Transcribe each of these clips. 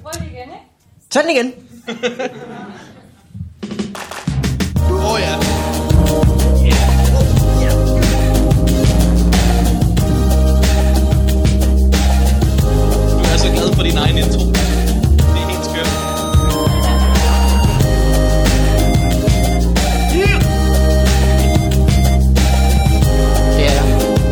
prøve det igen, ikke? Tag den igen. Åh ja. Du er så glad for din egen intro. Det er helt skørt. Det er jeg.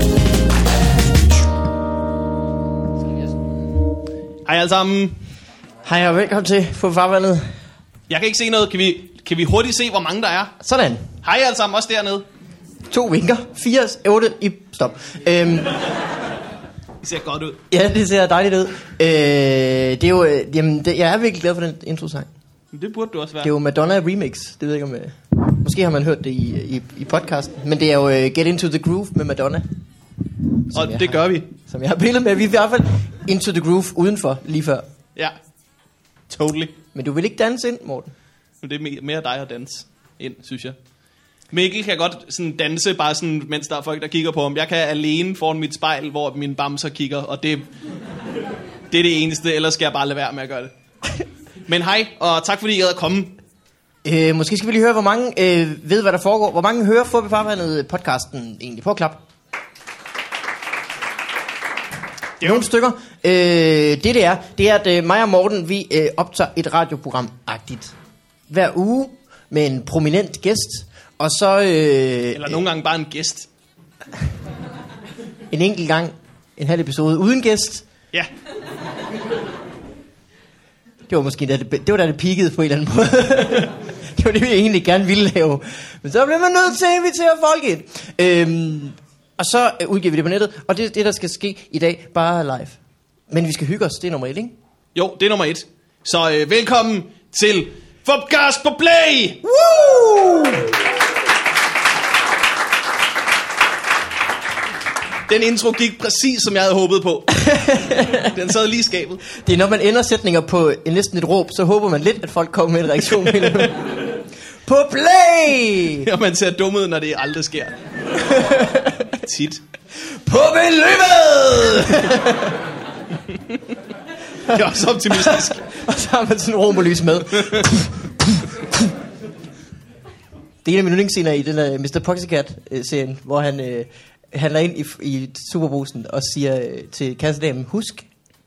Hej alle sammen. Hej og velkommen til Få Farvandet. Jeg kan ikke se noget. Kan vi hurtigt se, hvor mange der er? Sådan. Hej alle sammen, også dernede. 2 vinker. 4, 8 i stop. Det ser godt ud. Ja, det ser dejligt ud. Det er jo, jeg er virkelig glad for den intro-sang. Det burde du også være. Det er jo Madonna Remix. Det ved jeg ikke om... Måske har man hørt det i podcasten. Men det er jo Get Into The Groove med Madonna. Og det gør vi. Som jeg har billedet med. Vi er i hvert fald Into The Groove udenfor lige før. Ja. Totally. Men du vil ikke danse ind, Morten? Det er mere dig at danse ind, synes jeg. Mikkel kan godt sådan danse, bare sådan, mens der er folk, der kigger på ham. Jeg kan alene foran mit spejl, hvor mine bamser kigger, og det er det eneste, ellers skal jeg bare lade være med at gøre det. Men hej, og tak fordi I gad at komme. Måske skal vi lige høre, hvor mange ved, hvad der foregår. Hvor mange hører Få Farvandet podcasten egentlig? Prøv at klappe. Nogle stykker. Det er, at mig og Morten, vi optager et radioprogram-agtigt hver uge med en prominent gæst. Og så... Eller nogle gange bare en gæst. En enkelt gang, en halv episode uden gæst. Ja. Det var måske da det peakede på en eller anden måde. Det var det, vi egentlig gerne ville lave. Men så bliver man nødt til at invitere folk ind. Og så udgiver vi det på nettet. Og det er det, der skal ske i dag, bare live. Men vi skal hygge os, det er nummer 1, ikke? Jo, det er nummer 1. Så velkommen til Fopgas på Play! Woo! Den intro gik præcis, som jeg havde håbet på. Den sad lige i skabet. Det er, når man ender sætninger på næsten et råb, så håber man lidt, at folk kommer med en reaktion. På play! Og man ser dum ud, når det aldrig sker. Tit. På beløbet! Det er også optimistisk. Og så har man sådan en romerlys med. Det er en af mine yndlingsscener i den der Mr. Pussycat-serien, hvor han handler ind i Superbrusen og siger til kassedamen, husk,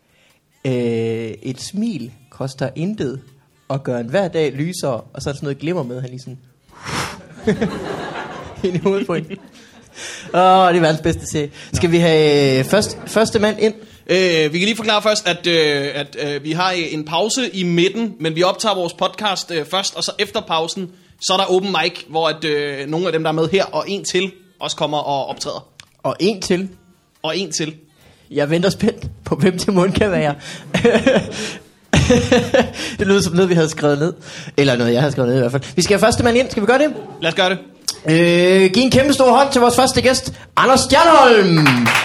et smil koster intet og gør en hver dag lysere, og så er der sådan noget glimmer med, han lige sådan ind i hovedet på hende. Det er verdens bedste serie. Skal vi have første mand ind? Vi kan lige forklare først, at vi har en pause i midten, men vi optager vores podcast først, og så efter pausen, så er der open mic, hvor at, nogle af dem, der er med her, og en til, også kommer og optræder. Og en til. Og en til. Jeg venter spændt på, hvem det mund kan være. Det lyder som noget, vi havde skrevet ned. Eller noget, jeg havde skrevet ned i hvert fald. Vi skal have første mand ind. Skal vi gøre det? Lad os gøre det. Giv en kæmpe stor hånd til vores første gæst, Anders Stjernholm.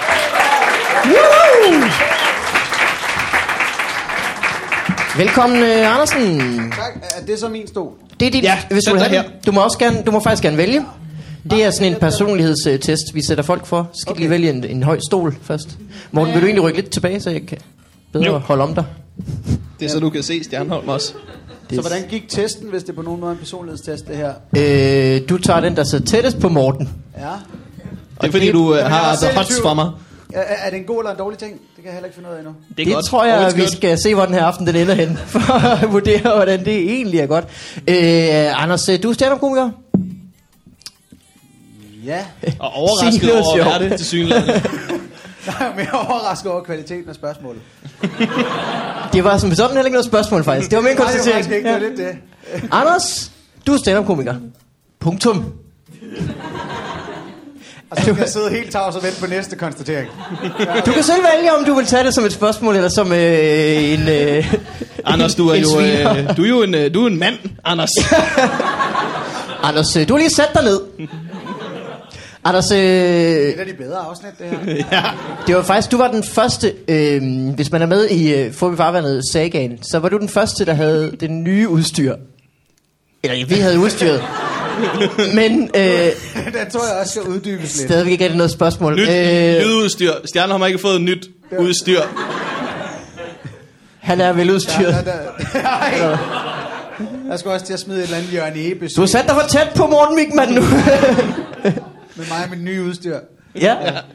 Velkommen, Andersen. Tak. Er det så min stol? Det er dit, ja, hvis du vil have her. Du må faktisk gerne vælge. Det er sådan en personlighedstest, vi sætter folk for. Skal okay. Lige vælge en høj stol først. Morten, vil du egentlig rykke lidt tilbage, så jeg kan bedre holde om dig? Det er så du kan se Stjernholm også. Så hvordan gik testen, hvis det på nogen måde er en personlighedstest, det her? Du tager den, der sidder tættest på Morten. Ja. Det er fordi, du har the hots for mig. Er det en god eller en dårlig ting? Det kan jeg heller ikke finde ud af endnu. Det tror jeg, vi skal se, hvor den her aften den ender hen, for at vurdere, hvordan det egentlig er godt. Anders, du er stand-up-komiker? Ja. Og overrasket over at være det til synligheden. Nej, men jeg er overrasket over kvaliteten af spørgsmålet. Det var som sådan heller ikke noget spørgsmål, faktisk. Det var min konstatering. Nej, det var faktisk ikke lidt det. Anders, du er stand-up-komiker. Punktum. Og så skal jeg sidde helt tavs og vente på næste konstatering. Du kan selv vælge, om du vil tage det som et spørgsmål, eller som en... Anders, du er jo en mand, Anders. Anders, du har lige sat dig ned. Anders, det er de bedre afsnit, det her. Ja. Det var faktisk, du var den første, hvis man er med i Få Farvandet sagaen, så var du den første, der havde det nye udstyr. Eller vi havde udstyret. Men den tror jeg også skal uddybes lidt. Stadigvæk ikke er det noget spørgsmål. Nyt udstyr. Stjerner har ikke fået nyt udstyr. Han er veludstyret. Jeg skal også til at smide et eller andet Jørgen Ebe. Du har sat dig for tæt på Morten Wigman nu. Med mig og mit nye udstyr. Ja.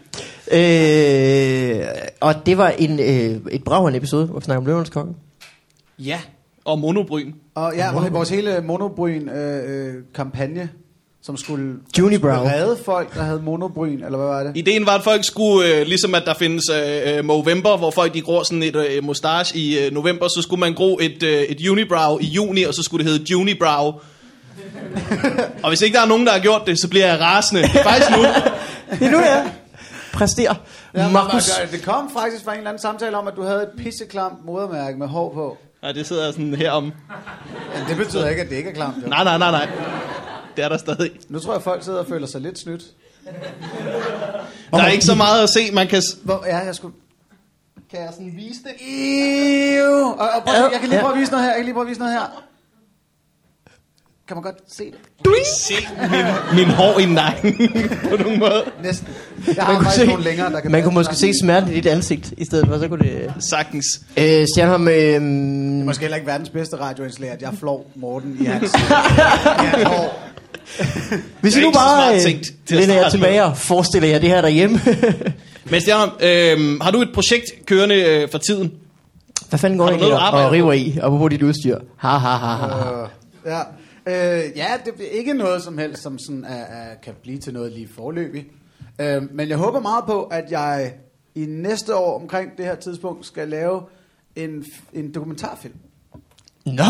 Og det var et brav episode, hvor vi snakker om Løvernes Konge. Ja, og monobryn. Og ja, vores hele monobryn kampagne, som skulle redde folk, der havde monobryn, eller hvad var det? Ideen var, at folk skulle, ligesom at der findes Movember, hvor folk de gror sådan et mustache i november, så skulle man gro et unibrow i juni, og så skulle det hedde Junibrow. Og hvis ikke der er nogen, der har gjort det, så bliver jeg rasende. Det er faktisk nu. Det er nu, ja. Præster. Ja, Markus. Det kom faktisk fra en eller anden samtale om, at du havde et pisseklamt modermærke med hår på. Nej, det sidder sådan herom. Men det betyder ikke, at det ikke er klamt. Jo. Nej. Det er der stadig. Nu tror jeg, at folk sidder og føler sig lidt snydt. Der er ikke så meget at se, man kan... Ja, jeg skulle... Kan jeg sådan vise det? Og prøv, jeg kan lige prøve at vise noget her. Kan man godt se det? Du ikke se min hår i nakken på nogen måde. Næsten. Jeg har faktisk nogle længere, der kan... Man kunne måske se smerten i dit ansigt i stedet for, så kunne det... Sagtens. Stjernholm... Det er måske heller ikke verdens bedste radioindslag, at jeg flår Morten i hans hår. Hvis I nu bare læner jer tilbage og forestiller jer det her derhjemme. Men Stjernholm, har du et projekt kørende for tiden? Hvad fanden går det og river i, og på dit udstyr? Ja, det er ikke noget som helst, som sådan kan blive til noget lige forløbig. Men jeg håber meget på, at jeg i næste år omkring det her tidspunkt skal lave en dokumentarfilm. Nå!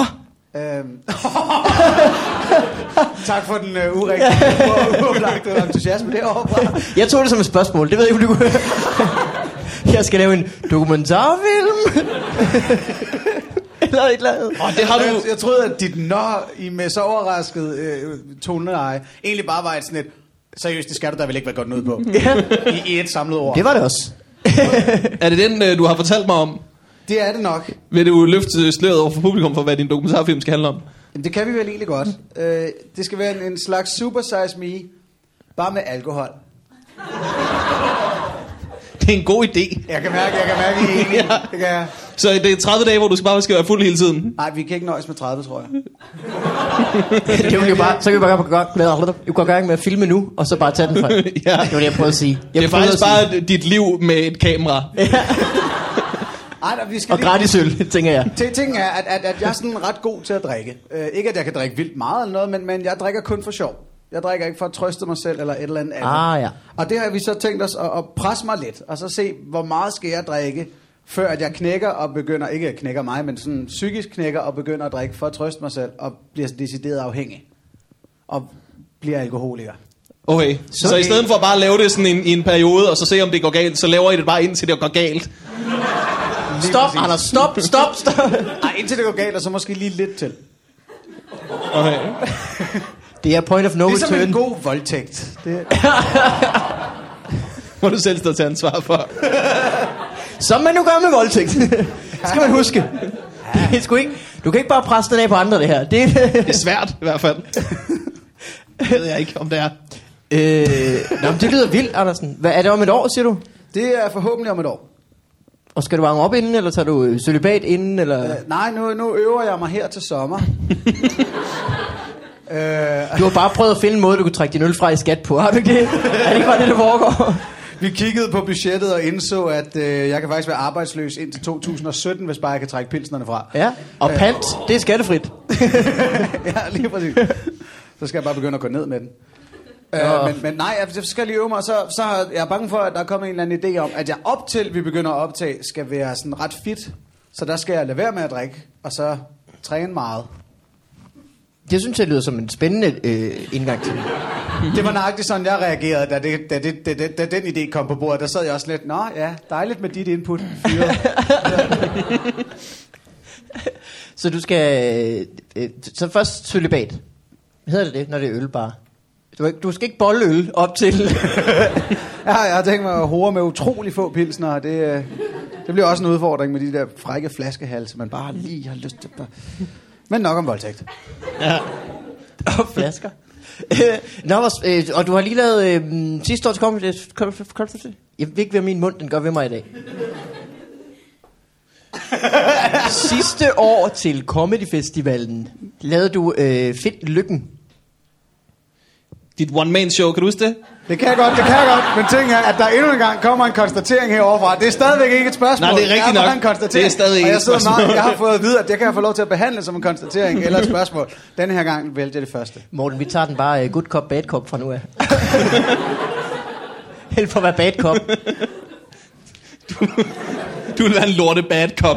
Tak for den urigtige entusiasme derovre. Jeg tog det som et spørgsmål, det ved jeg ikke, om du kunne. Jeg skal lave en dokumentarfilm. Eller et eller andet. Det har du... Jeg troede, at dit i med så overrasket toneeje egentlig bare var et sådan et, seriøst, det skal du da vel ikke være godt noget på. Ja. I et samlet ord. Det var det også. Er det den, du har fortalt mig om? Det er det nok. Vil du løfte sløret over for publikum for, hvad din dokumentarfilm skal handle om? Jamen, det kan vi vel egentlig godt. Det skal være en slags Super Size Me, bare med alkohol. Det er en god idé. Jeg kan mærke, I er enige. Det kan jeg. Så det er 30 dage, hvor du bare skal være fuld hele tiden? Nej, vi kan ikke nøjes med 30, tror jeg. Så kan vi bare gå i gang med at filme nu, og så bare tage den fra. Ja. Det var det, jeg prøvede at sige. Det er faktisk bare dit liv med et kamera. Ja. Vi skal og gratis øl, tænker jeg. Ting er, at jeg er sådan ret god til at drikke. Ikke at jeg kan drikke vildt meget eller noget, men jeg drikker kun for sjov. Jeg drikker ikke for at trøste mig selv eller et eller andet. Ja. Og det har vi så tænkt os at presse mig lidt, og så se, hvor meget skal jeg drikke, før at jeg knækker og begynder, ikke knækker mig, men sådan psykisk knækker og begynder at drikke for at trøste mig selv, og bliver decideret afhængig. Og bliver alkoholiker. Okay, så i stedet for bare at lave det sådan i en periode, og så se om det går galt, så laver I det bare indtil det går galt. Stop, Anders, stop. Nej, indtil det går galt, og så måske lige lidt til. Okay. Det er point of no return. Det er som en god voldtægt. Det... Må du selv stå til ansvar for. Som man nu gør med voldtægt. Skal man huske. Det er sgu ikke. Du kan ikke bare presse den af på andre, det her. Det er svært, i hvert fald. Det ved jeg ikke, om det er. Men det lyder vildt, Andersen. Hvad er det om et år, siger du? Det er forhåbentlig om et år. Og skal du varme op inden, eller tager du cølibat inden, eller? Nej, nu øver jeg mig her til sommer. Du har bare prøvet at finde en måde, du kunne trække din øl fra i skat på. Har du ikke det? Er det ikke bare det, der foregår? Vi kiggede på budgettet og indså, at jeg kan faktisk være arbejdsløs indtil 2017, hvis bare jeg kan trække pilsnerne fra. Ja, og pant, det er skattefrit. Ja, lige præcis. Så skal jeg bare begynde at gå ned med den. Men nej, jeg skal lige øve mig, så er jeg bange for, at der er kommet en eller anden idé om, at jeg op til vi begynder at optage, skal være sådan ret fit. Så der skal jeg lade være med at drikke, og så træne meget. Det synes jeg lyder som en spændende indgang til det. Det var nøjagtigt sådan, jeg reagerede, da den idé kom på bordet. Der sad jeg også lidt, nå ja, dejligt med dit input. Så du skal... så først cølibat. Hedder det, når det er øl bare? Du skal ikke bolle øl op til... Ja, jeg har tænkt mig at hore med utrolig få pilsner. Det bliver også en udfordring med de der frække flaskehalse, man bare lige har lyst til. Men nok om voldtægt. Ja. Og flasker. Og du har lige lavet sidste års Comedy. Jeg ved ikke, hvad min mund den gør ved mig i dag. Sidste år til Comedy Festivalen lavede du Find Lykken. Dit one-man-show, kan du huske det? Det kan jeg godt. Men ting er, at der endnu en gang kommer en konstatering heroverfra. Det er stadigvæk ikke et spørgsmål. Nej, det er rigtigt nok. En konstatering. Det er stadig ikke et spørgsmål. Jeg har fået at vide, at det kan jeg få lov til at behandle som en konstatering eller et spørgsmål. Denne her gang vælger jeg det første. Morten, vi tager den bare good cop, bad cop fra nu af. Held for at være bad cop. Du vil være en lorte bad cop.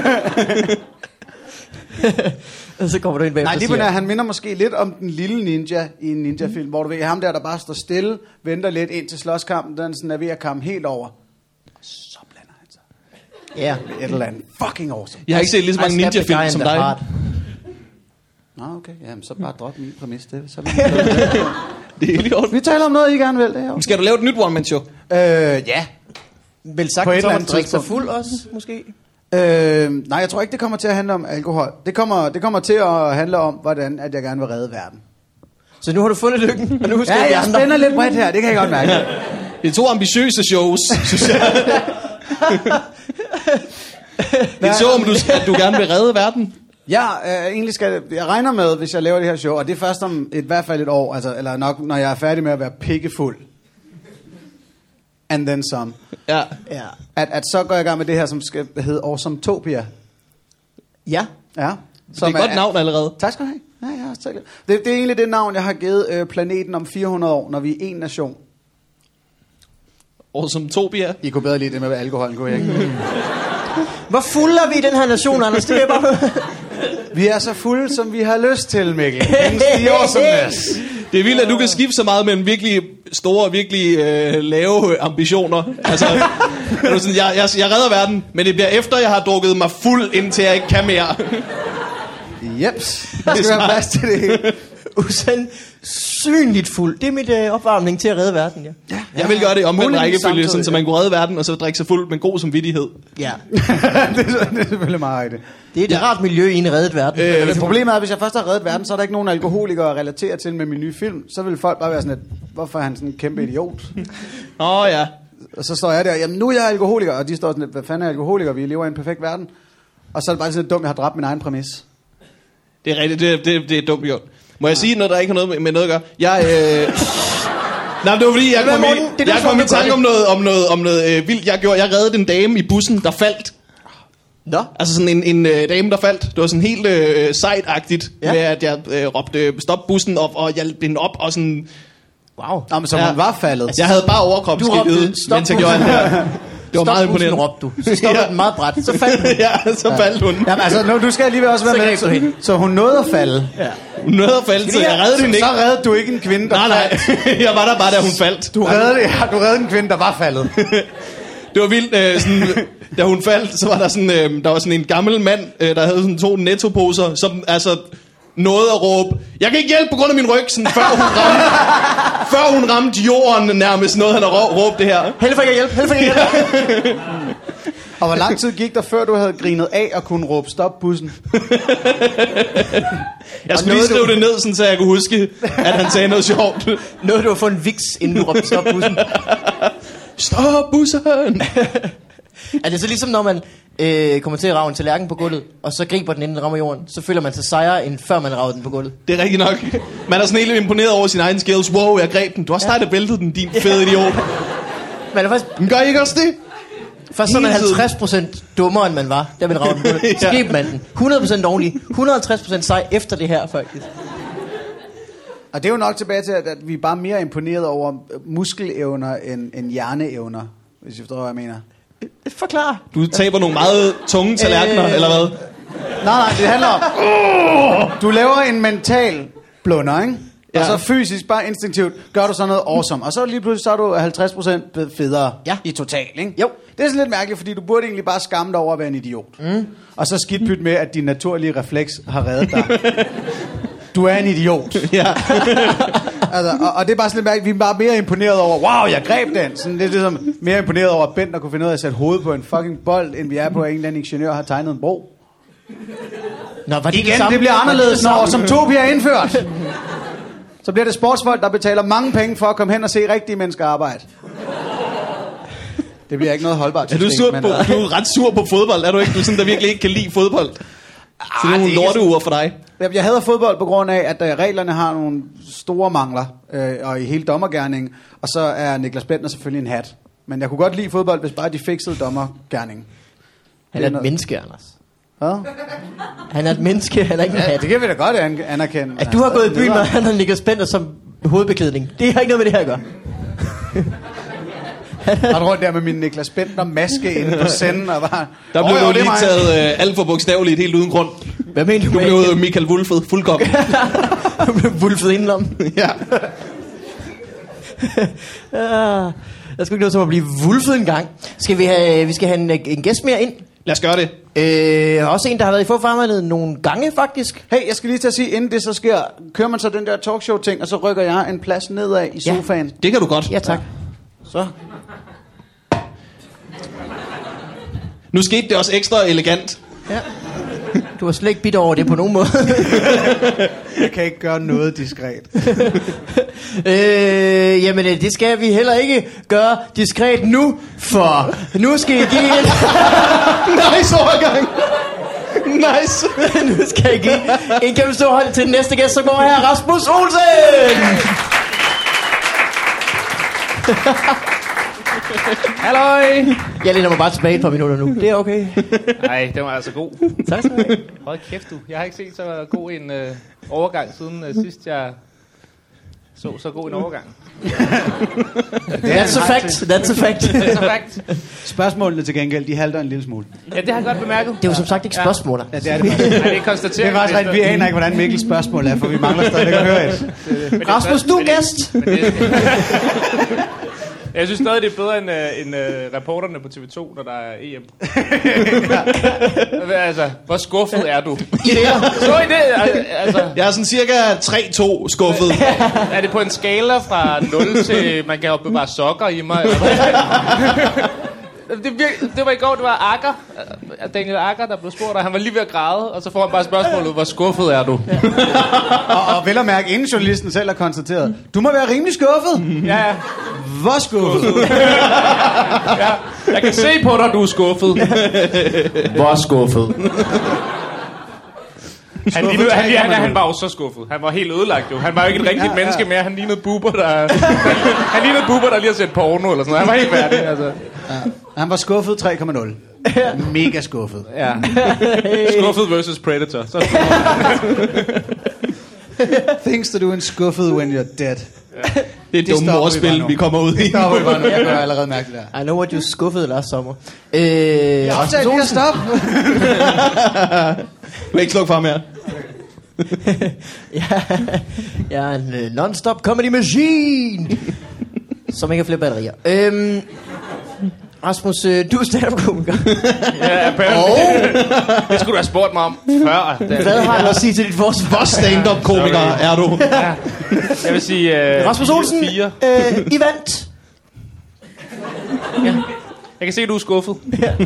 Og så kommer du ind bagefter. Nej, lige han minder måske lidt om den lille ninja i en ninja-film, hvor du ved, ham der bare står stille, venter lidt ind til slåskampen, den sådan er ved at komme helt over. Så blander han sig. Ja. Et eller andet fucking awesome. Jeg har ikke set lige så mange ninja-film som dig. Nå, okay. Jamen, så bare drop min præmis. Det er helt i orden. Vi taler om noget, I gerne vil. Det er okay. Skal du lave et nyt one-man-show? Ja. Vel sagt, at man drikker sig fuld også, måske? Nej, jeg tror ikke, det kommer til at handle om alkohol. Det kommer til at handle om, hvordan at jeg gerne vil redde verden. Så nu har du fundet lykken, og nu skal jeg spænder lidt bredt her, det kan jeg godt mærke. Det er 2 ambitiøse shows, synes jeg. Det er så, om at du gerne vil redde verden. Ja, egentlig jeg regner med, hvis jeg laver det her show, og det er først om i hvert fald et år, altså, eller nok, når jeg er færdig med at være pikkefuld. And then some. Ja. At så går jeg i gang med det her, som skal hedde Awesometopia. Ja. Ja. Det er et godt navn allerede. Tak skal du have. Ja, det er egentlig det navn, jeg har givet planeten om 400 år, når vi er en nation. Awesometopia. I kunne bedre lide det med alkohol, kunne jeg ikke? Hvor fulde er vi i den her nation, Anders? Det er bare... Vi er så fulde, som vi har lyst til, Mikkel. Det er vildt, at du kan skifte så meget mellem virkelig store og virkelig lave ambitioner. Altså, sådan, jeg redder verden, men det bliver efter, jeg har drukket mig fuld, indtil jeg ikke kan mere. Jeps, der skal være plads til det. Usandsynligt fuld. Det er mit opvarmning til at redde verden, ja. Jeg vil gøre det om en rækkefølge, sådan, så man kunne redde verden, og så drikke sig fuld med god samvittighed. Ja. det er selvfølgelig meget rigtigt. Det er et rart miljø i en reddet verden. Men problemet er, at hvis jeg først har reddet verden, så er der ikke nogen alkoholikere at relatere til med min nye film. Så vil folk bare være sådan, hvorfor er han sådan en kæmpe idiot? Ja. Og så står jeg der, jamen nu er jeg alkoholiker, og de står sådan, hvad fanden er alkoholiker? Vi lever i en perfekt verden. Og så er det bare sådan dumt, jeg har dræbt min egen præmis. Det er rigtigt, det er dumt gjort. Må jeg sige noget, der ikke har noget med noget at gøre? Nej, det var fordi, jeg kom i tanke om noget vildt, jeg gjorde. Jeg reddede en dame i bussen, der faldt. Nå? Altså sådan en dame, der faldt. Det var sådan helt sejt-agtigt, med at jeg råbte stop bussen op, og jeg blev op og sådan... Wow. Nå, men så hun var faldet. Jeg havde bare overkropsskiltet, mens jeg gjorde det her. Det var meget imponerende. Råbte du. Så stoppede den meget bræt. Så faldt hun. Så faldt hun. Jamen altså, du skal alligevel også være så med. Så hun nåede at falde. Ja. Hun nåede at falde, så jeg reddede hende ikke. Så reddede du ikke en kvinde, der faldt. Jeg var der bare, da hun faldt. Du reddede en kvinde, der var faldet. Det var vildt, sådan, da hun faldt, så var der sådan, der var sådan en gammel mand, der havde sådan 2 nettoposer, som altså nåede at råbe, jeg kan ikke hjælpe på grund af min ryg, sådan, før hun ramte jorden nærmest, noget han har råbt det her. Held for ikke at hjælpe. Og hvor lang tid gik der, før du havde grinet af og kunne råbe stop bussen? Jeg skulle lige skrive det ned, sådan, så jeg kunne huske, at han sagde noget sjovt. Nåede du at få en viks, inden du råbte stop bussen? Stop bussen! Er det så ligesom, når man kommer til at rage en tallerken på gulvet, og så griber den, inden den rammer jorden, så føler man sig sejere, end før man rager den på gulvet? Det er rigtigt nok. Man er sådan helt imponeret over sin egen skills. Wow, jeg greb den. Du har snart væltet den, din fede idiot. Man er faktisk... Men gør I ikke også det? Først så er man 50% dummere, end man var, da man ragede den på gulvet. Så greb man den. 100% ordentlig. 150% sej efter det her, faktisk. Og det er jo nok tilbage til, at vi er bare mere imponeret over muskelevner end hjerneevner, hvis I forstår, hvad jeg mener. Forklar. Du taber nogle meget tunge tallerkener, eller hvad? Nej, det handler om... Du laver en mental blunder, ikke? Ja. Og så fysisk, bare instinktivt, gør du sådan noget awesome. Og så lige pludselig, så er du 50% federe i total, ikke? Jo. Det er sådan lidt mærkeligt, fordi du burde egentlig bare skamme dig over at være en idiot. Og så skidt pyt med, at din naturlige refleks har reddet dig. Du er en idiot. Ja. Altså, og det er bare sådan lidt mærkeligt. Vi er bare mere imponeret over, wow, jeg greb den. Sådan lidt ligesom mere imponeret over, at Bent kunne finde ud af at sætte hovedet på en fucking bold, end vi er på, at en eller anden ingeniør har tegnet en bro. Nå, var det igen, det bliver anderledes, når Awesometopia er indført. Så bliver det sportsfolk, der betaler mange penge for at komme hen og se rigtige mennesker arbejde. Det bliver ikke noget holdbart Er system. du er ret sur på fodbold, er du ikke? Du er sådan, der virkelig ikke kan lide fodbold. Så det er nogle lorteuger for dig. Jeg hader fodbold på grund af, at reglerne har nogle store mangler, og i hele dommergerningen, og så er Niklas Bentner selvfølgelig en hat. Men jeg kunne godt lide fodbold, hvis bare de fikset dommergerningen. Han er et menneske, Anders. Hvad? Han er et menneske, han er ikke en hat. Det kan vi da godt anerkende. At du har gået i byen med han og Niklas Bentner som hovedbeklædning, det har ikke noget med det her at gøre. Han rundt der med min Niklas Bentner maske inde på scenen og bare... Der blev du lige taget alt for bogstaveligt helt uden grund. Hvad mener du? Du blev Michael Wulfed fuldkommen. Du blev Wulfed indenom. Ja. Der skal ikke noget som at blive Wulfed en gang. Vi skal have en gæst mere ind. Lad os gøre det. Også en, der har været i forfarvandet nogle gange, faktisk. Hey, jeg skal lige til at sige, inden det så sker, kører man så den der talkshow-ting, og så rykker jeg en plads nedad i sofaen. Det kan du godt. Ja, tak. Så. Nu skete det også ekstra elegant. Ja. Du har slet ikke bidt over det på nogen måde. Jeg kan ikke gøre noget diskret. Jamen, det skal vi heller ikke gøre diskret nu, for nu skal I give en... Nice overgang. Nice. Nu skal I give en kæmpe stor hånd til den næste gæst, som går her, Rasmus Olsen. Halløj! Jeg læner mig bare tilbage et par minutter nu. Det er okay. Nej, det var altså god. Tak skal du have. Hold kæft du. Jeg har ikke set så god en overgang siden sidst jeg så god en overgang. That's a fact. That's a fact. That's a fact. Spørgsmålene til gengæld, de halter en lille smule. Ja, det har jeg godt bemærket. Det er jo som sagt ikke spørgsmål. Ja, det er det faktisk. Nej, det er konstatering. Det er faktisk rigtigt. Vi aner ikke, hvordan Mikkels spørgsmål er, for vi mangler stadig at høre et. Rasmus, du er gæst. Jeg synes stadig, det er bedre end reporterne på TV2, når der er EM. Altså, hvor skuffet er du? Så i det, altså... Jeg er sådan cirka 3-2 skuffet. Er det på en skala fra 0 til, man kan opbevare sokker i mig? Det var i går, det var Akker, Daniel Akker, der blev spurgt, og han var lige ved at græde, og så får han bare spørgsmålet, hvor skuffet er du? og vel at mærke, inden journalisten selv har konstateret, du må være rimelig skuffet. Ja. Hvor skuffet? Ja, jeg kan se på dig, du er skuffet. Hvor skuffet. Han var jo så skuffet. Han var helt ødelagt jo. Han var jo ikke et rigtigt menneske mere. Han lignede Bubber, der lige har set porno eller sådan noget. Han var helt færdig, altså. Ja. Han var skuffet 3,0. Mega skuffet. Ja. Skuffet versus Predator. Så Things to do in skuffet when you're dead. Ja. Det er et dumt ordspil, vi kommer ud i. Det stopper vi bare nu. Jeg gør allerede mærke det der. I know what you skuffede last sommer. Rasmus Olsen, stop. Du vil ikke slukke for mere. Jeg er en non-stop comedy machine, som ikke har flere batterier. Rasmus, du er stand-up-komiker. Ja, det skulle du have spurgt mig om før. Hvad har du at sige til dit forsvar? Hvor stand-up-komiker er du? Ja. Jeg vil sige... Rasmus Olsen, 4. I vandt. Ja. Jeg kan se, at du er skuffet.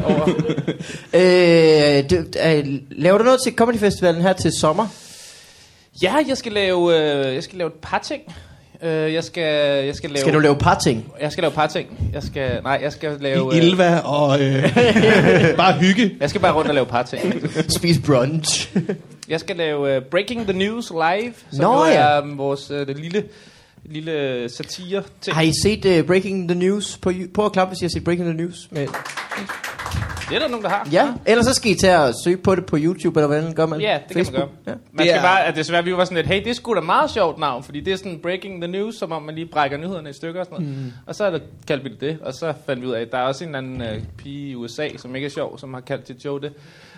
Laver du noget til Comedy Festivalen her til sommer? Ja, jeg skal lave et par ting. Jeg skal lave... Skal du lave par ting? Jeg skal lave par ting. Jeg skal lave... Ilva og bare hygge. Jeg skal bare rundt og lave par ting. Spise brunch. Jeg skal lave Breaking the News live, som er vores lille satire ting. Har I set Breaking the News? På at klappe, hvis I har set Breaking the News. Med... Det er der nogen, der har. Ja, ellers så skal I tage og søge på det på YouTube, eller hvordan gør man? Ja, det Facebook? kan man gøre. Ja. Man skal bare, at desværre vi var sådan lidt, hey, det er sgu da meget sjovt navn, fordi det er sådan Breaking the News, som om man lige brækker nyhederne i stykker og sådan noget. Og så kaldte vi det, og så fandt vi ud af, at der er også en eller anden pige i USA, som ikke er sjov, som har kaldt sit show det.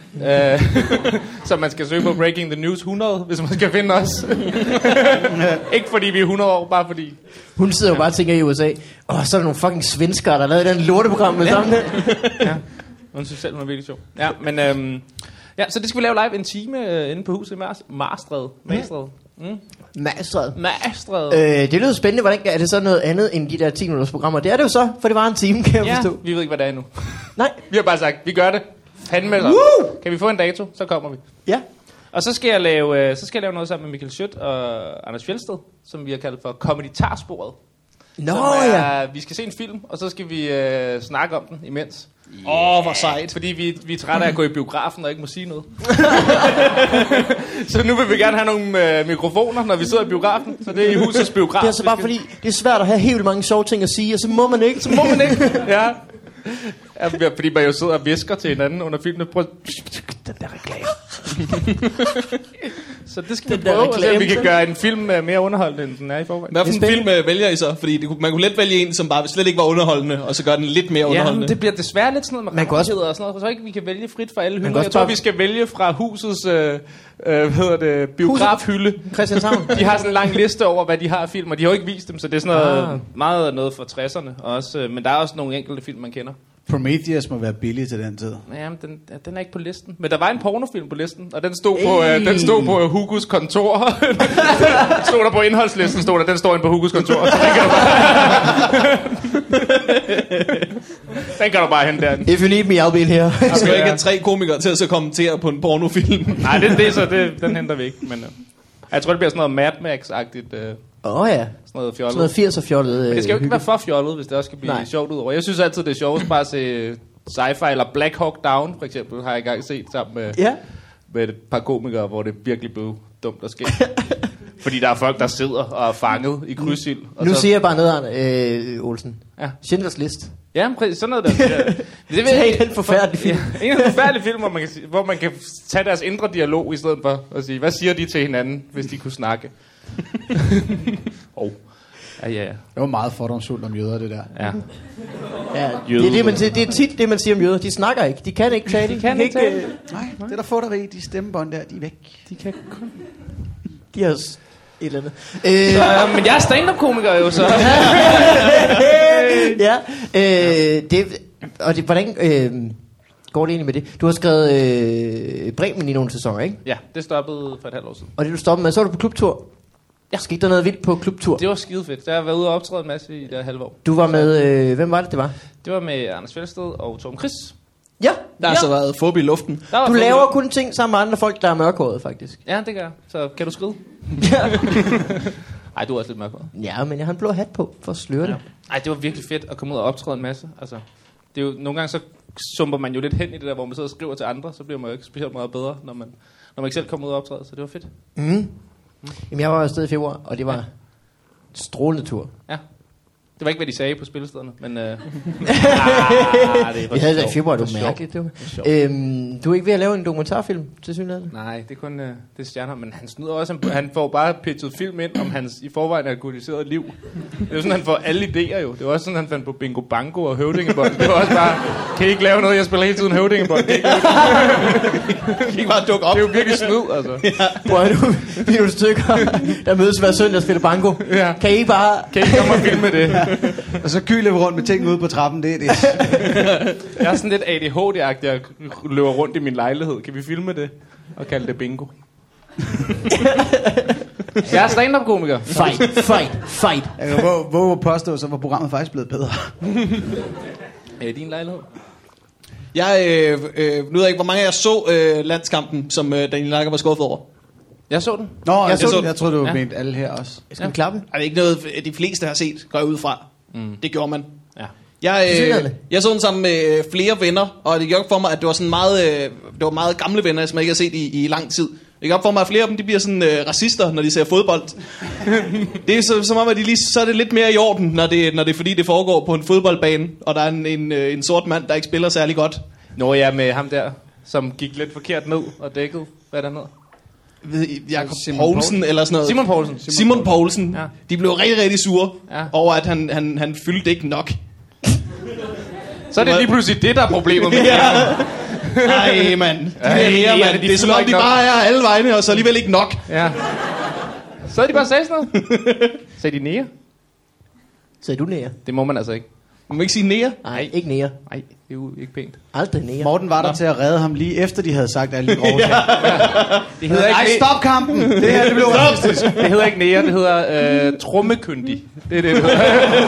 Så man skal søge på Breaking the News 100, hvis man skal finde os. Ikke fordi vi er 100 år, bare fordi. Hun sidder jo bare og tænker i USA, så er der nogle fucking svenskere, der har lavet den lorteprogram med sammen. Ja. Hun synes selv, hun er virkelig sjov. Ja, men så det skal vi lave live en time inde på huset i Marstræde. Marstræde. Det lyder spændende. Hvordan er det så noget andet end de der 10 minutters programmer? Det er det jo så, for det var en time, kan jeg forstå. Vi ved ikke, hvad det er endnu. Nej. Vi har bare sagt, vi gør det. Fandme. Kan vi få en dato, så kommer vi. Ja. Og så skal jeg lave noget sammen med Michael Schødt og Anders Fjeldsted, som vi har kaldt for Kommentarsporet. Nå ja. Vi skal se en film, og så skal vi snakke om den imens. Hvor sejt. Fordi vi er trætte af at gå i biografen og ikke må sige noget. Så nu vil vi gerne have nogle mikrofoner, når vi sidder i biografen. Så det er i husets biograf. Det er altså bare fordi, det er svært at have helt mange sjove ting at sige, og så må man ikke. Ja. Ja, fordi man jo sidder og visker til hinanden under filmen. Prøv den der reklame. Så det skal vi prøve, så vi kan gøre en film mere underholdende, end den er i forvejen. Hvad for en film vælger I så? Fordi man kunne let vælge en, som bare slet ikke var underholdende, og så gøre den lidt mere underholdende. Ja, det bliver desværre lidt sådan noget med man kan også, og sådan noget, så ikke vi kan vælge frit for alle hylder. Jeg tror, vi skal vælge fra husets biografhylde. Christianshavn. De har sådan en lang liste over, hvad de har af film, og de har jo ikke vist dem, så det er sådan noget, meget noget fra 60'erne også. Men der er også nogle enkelte film, man kender. Prometheus må være billig til den tid. Jamen, den er ikke på listen. Men der var en pornofilm på listen, og den stod på Hugos kontor. Stod der på indholdslisten, den står inde på Hugos kontor. Så den kan du bare hente der. If you need me, I'll be here. Der skal jo ikke have 3 komikere til at så kommentere på en pornofilm. Nej, den henter vi ikke. Men jeg tror, det bliver sådan noget Mad Max-agtigt. Ja. Sådan noget fjollet. Sådan noget 80'er fjollet. Men det skal jo ikke være for fjollet, hvis det også skal blive sjovt ud over. Jeg synes altid, det er sjovt bare at se sci-fi, eller Black Hawk Down, for eksempel, har jeg engang set sammen med et par komikere, hvor det virkelig blev dumt at ske. Fordi der er folk, der sidder og er fanget i krydsild. Nu siger jeg bare noget, Olsen. Ja. Schindlers List. Ja, præcis. Sådan noget der. Det er en forfærdelig film. En forfærdelig film, hvor man kan tage deres indre dialog, i stedet for at sige, hvad siger de til hinanden, hvis de kunne snakke? Ja. Det var meget fordomsfuldt om jøder, det der. Ja. Ja, det er tit det, man siger om jøder. De snakker ikke. De kan ikke tale. De kan ikke tale. Nej, det der forderi, de stemmebånd der, de er væk. De kan kun... De har et eller andet. Men jeg er stand-up-komiker jo, så... Ja. Hvordan går det egentlig med det? Du har skrevet Bremen i nogle sæsoner, ikke? Ja, det stoppede for et halvt år siden. Og det du stoppede med, så var du på klubtur. Ja. Skete der noget vildt på klubtur? Det var skide fedt. Der har jeg været ude og optræde en masse i det her halve år. Du var med... hvem var det var? Det var med Anders Fjeldsted og Torben Chris. Ja. Der har så været fubi i luften. Du laver kun ting sammen med andre folk, der er mørkhåret, faktisk. Ja, det gør jeg. Så kan du skrive? Ej, du er også lidt mørkhåret. Ja, men jeg har en blå hat på, for at sløre det. Ej, det var virkelig fedt at komme ud og optræde en masse. Altså, det er jo, nogle gange så sumper man jo lidt hen i det der, hvor man sidder og skriver til andre, så bliver man jo ikke specielt meget bedre, når man ikke selv kommer ud og optræde, så det var fedt. Jamen, jeg var afsted i februar, og det var en strålende tur. Ja. Det var ikke, hvad de sagde på spillestederne, men... det vi havde det i februar, det var mærkeligt. Du er ikke ved at lave en dokumentarfilm til synligheden? Nej, det er kun det er stjerner, men han snyder også. Han får bare pitchet film ind om hans i forvejen alkoholiserede liv. Det er jo sådan, han får alle idéer jo. Det var også sådan, han fandt på Bingo Bango og Høvdingebold. Det var også bare, kan I ikke lave noget? Jeg spiller hele tiden Høvdingebold. Kan I ikke bare dukke op? Det er jo virkelig snyd, altså. Prøv nu, vi er nogle stykker, der mødes hver søndag og spiller banko. Ja. Kan I komme og filme det? Og så kyler vi rundt med ting ude på trappen, det er det. Jeg er sådan lidt ADHD-agtig, jeg løber rundt i min lejlighed. Kan vi filme det? Og kalde det bingo. Jeg er stand-up-komiker. Fight. Jeg kan våge at påstå, så var programmet faktisk blevet bedre. Er det din lejlighed? Jeg nu ved jeg ikke, hvor mange af jer så landskampen, som Daniel Lager var skuffet over. Jeg så den. Nå, jeg troede, du mente alle her også. Skal vi klappe? Er det ikke noget, de fleste har set, går jeg ud fra. Det gjorde man. Ja. Jeg så den sammen med flere venner, og det gik op for mig, at det var sådan meget gamle venner, som jeg ikke har set i lang tid. Det gik op for mig, at flere af dem de bliver sådan racister, når de ser fodbold. Det er som om, at så er det lidt mere i orden, når det er fordi, det foregår på en fodboldbane, og der er en sort mand, der ikke spiller særlig godt. Nå, jeg med ham der, som gik lidt forkert ned og dækkede, hvad der ned. Jakob Poulsen eller sådan noget. Simon Poulsen. Ja. De blev rigtig, rigtig sure over, at han fyldte ikke nok. Så er det lige pludselig det, der er problemet med det. Nej, mand. Det er som om, de bare er alle vegne, og så alligevel ikke nok. Ja. Så er de bare sagde sådan noget. Sagde de nære? Sagde du nære? Det må man altså ikke. Man må ikke sige nære? Nej, ikke nære. Nej, det er jo ikke pænt. Aldrig nære. Morten var der til at redde ham lige efter, de havde sagt alle de grove ting. Det hedder ikke stop kampen! Det her, det blev racistisk. Det hedder ikke nære, det hedder trommekyndig. Det er det hedder.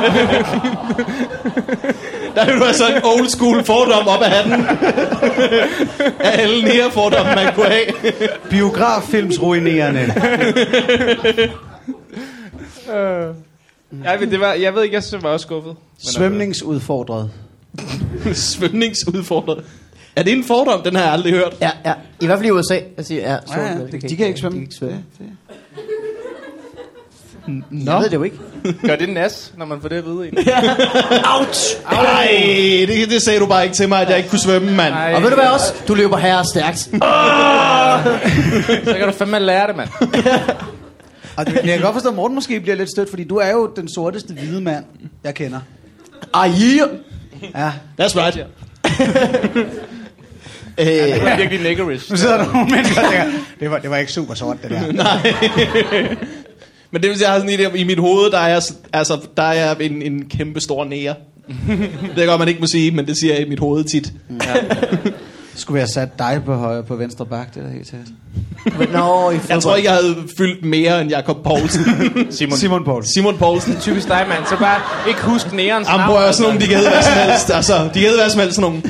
Der er jo altså en old school fordom op af hatten. Af alle nære fordomme, man kunne have. Biograffilmsruinerende. Jeg ved ikke, jeg var også skuffet. Svømningsudfordret. Svømningsudfordret. Er det en fordom? Den har jeg aldrig hørt. Ja. I hvert fald i USA. Jeg siger, De kan ikke svømme. De kan ikke svømme. Nå. Jeg ved det jo ikke. Gør det nas, når man får det at vide egentlig? Ouch! Ej, det sagde du bare ikke til mig, at jeg ikke kunne svømme, mand. Og ved du hvad også? Du løber her stærkt. Så kan du fandme lære det, mand. Og jeg kan godt forstå, at Morten måske bliver lidt stødt, fordi du er jo den sorteste hvide mand, jeg kender. Ja. That's right. Det er virkelig niggerish. Nu sidder der nogle mennesker og tænker, det var ikke super sort, det der. Nej. Men det vil sige, jeg har sådan i mit hoved, der er jeg en kæmpe stor nære. Det er godt, man ikke må sige, men det siger jeg i mit hoved tit. Ja. Skulle vi have sat dig på venstre bak, det der helt tæt. Jeg tror ikke, jeg havde fyldt mere end Jakob Poulsen. Simon Poulsen. Typisk dig, mand. Så bare ikke husk nærens navn. Ambrød er sådan nogle, de kan hedde hvad som helst. Altså, de kan hedde hvad som helst, sådan nogle.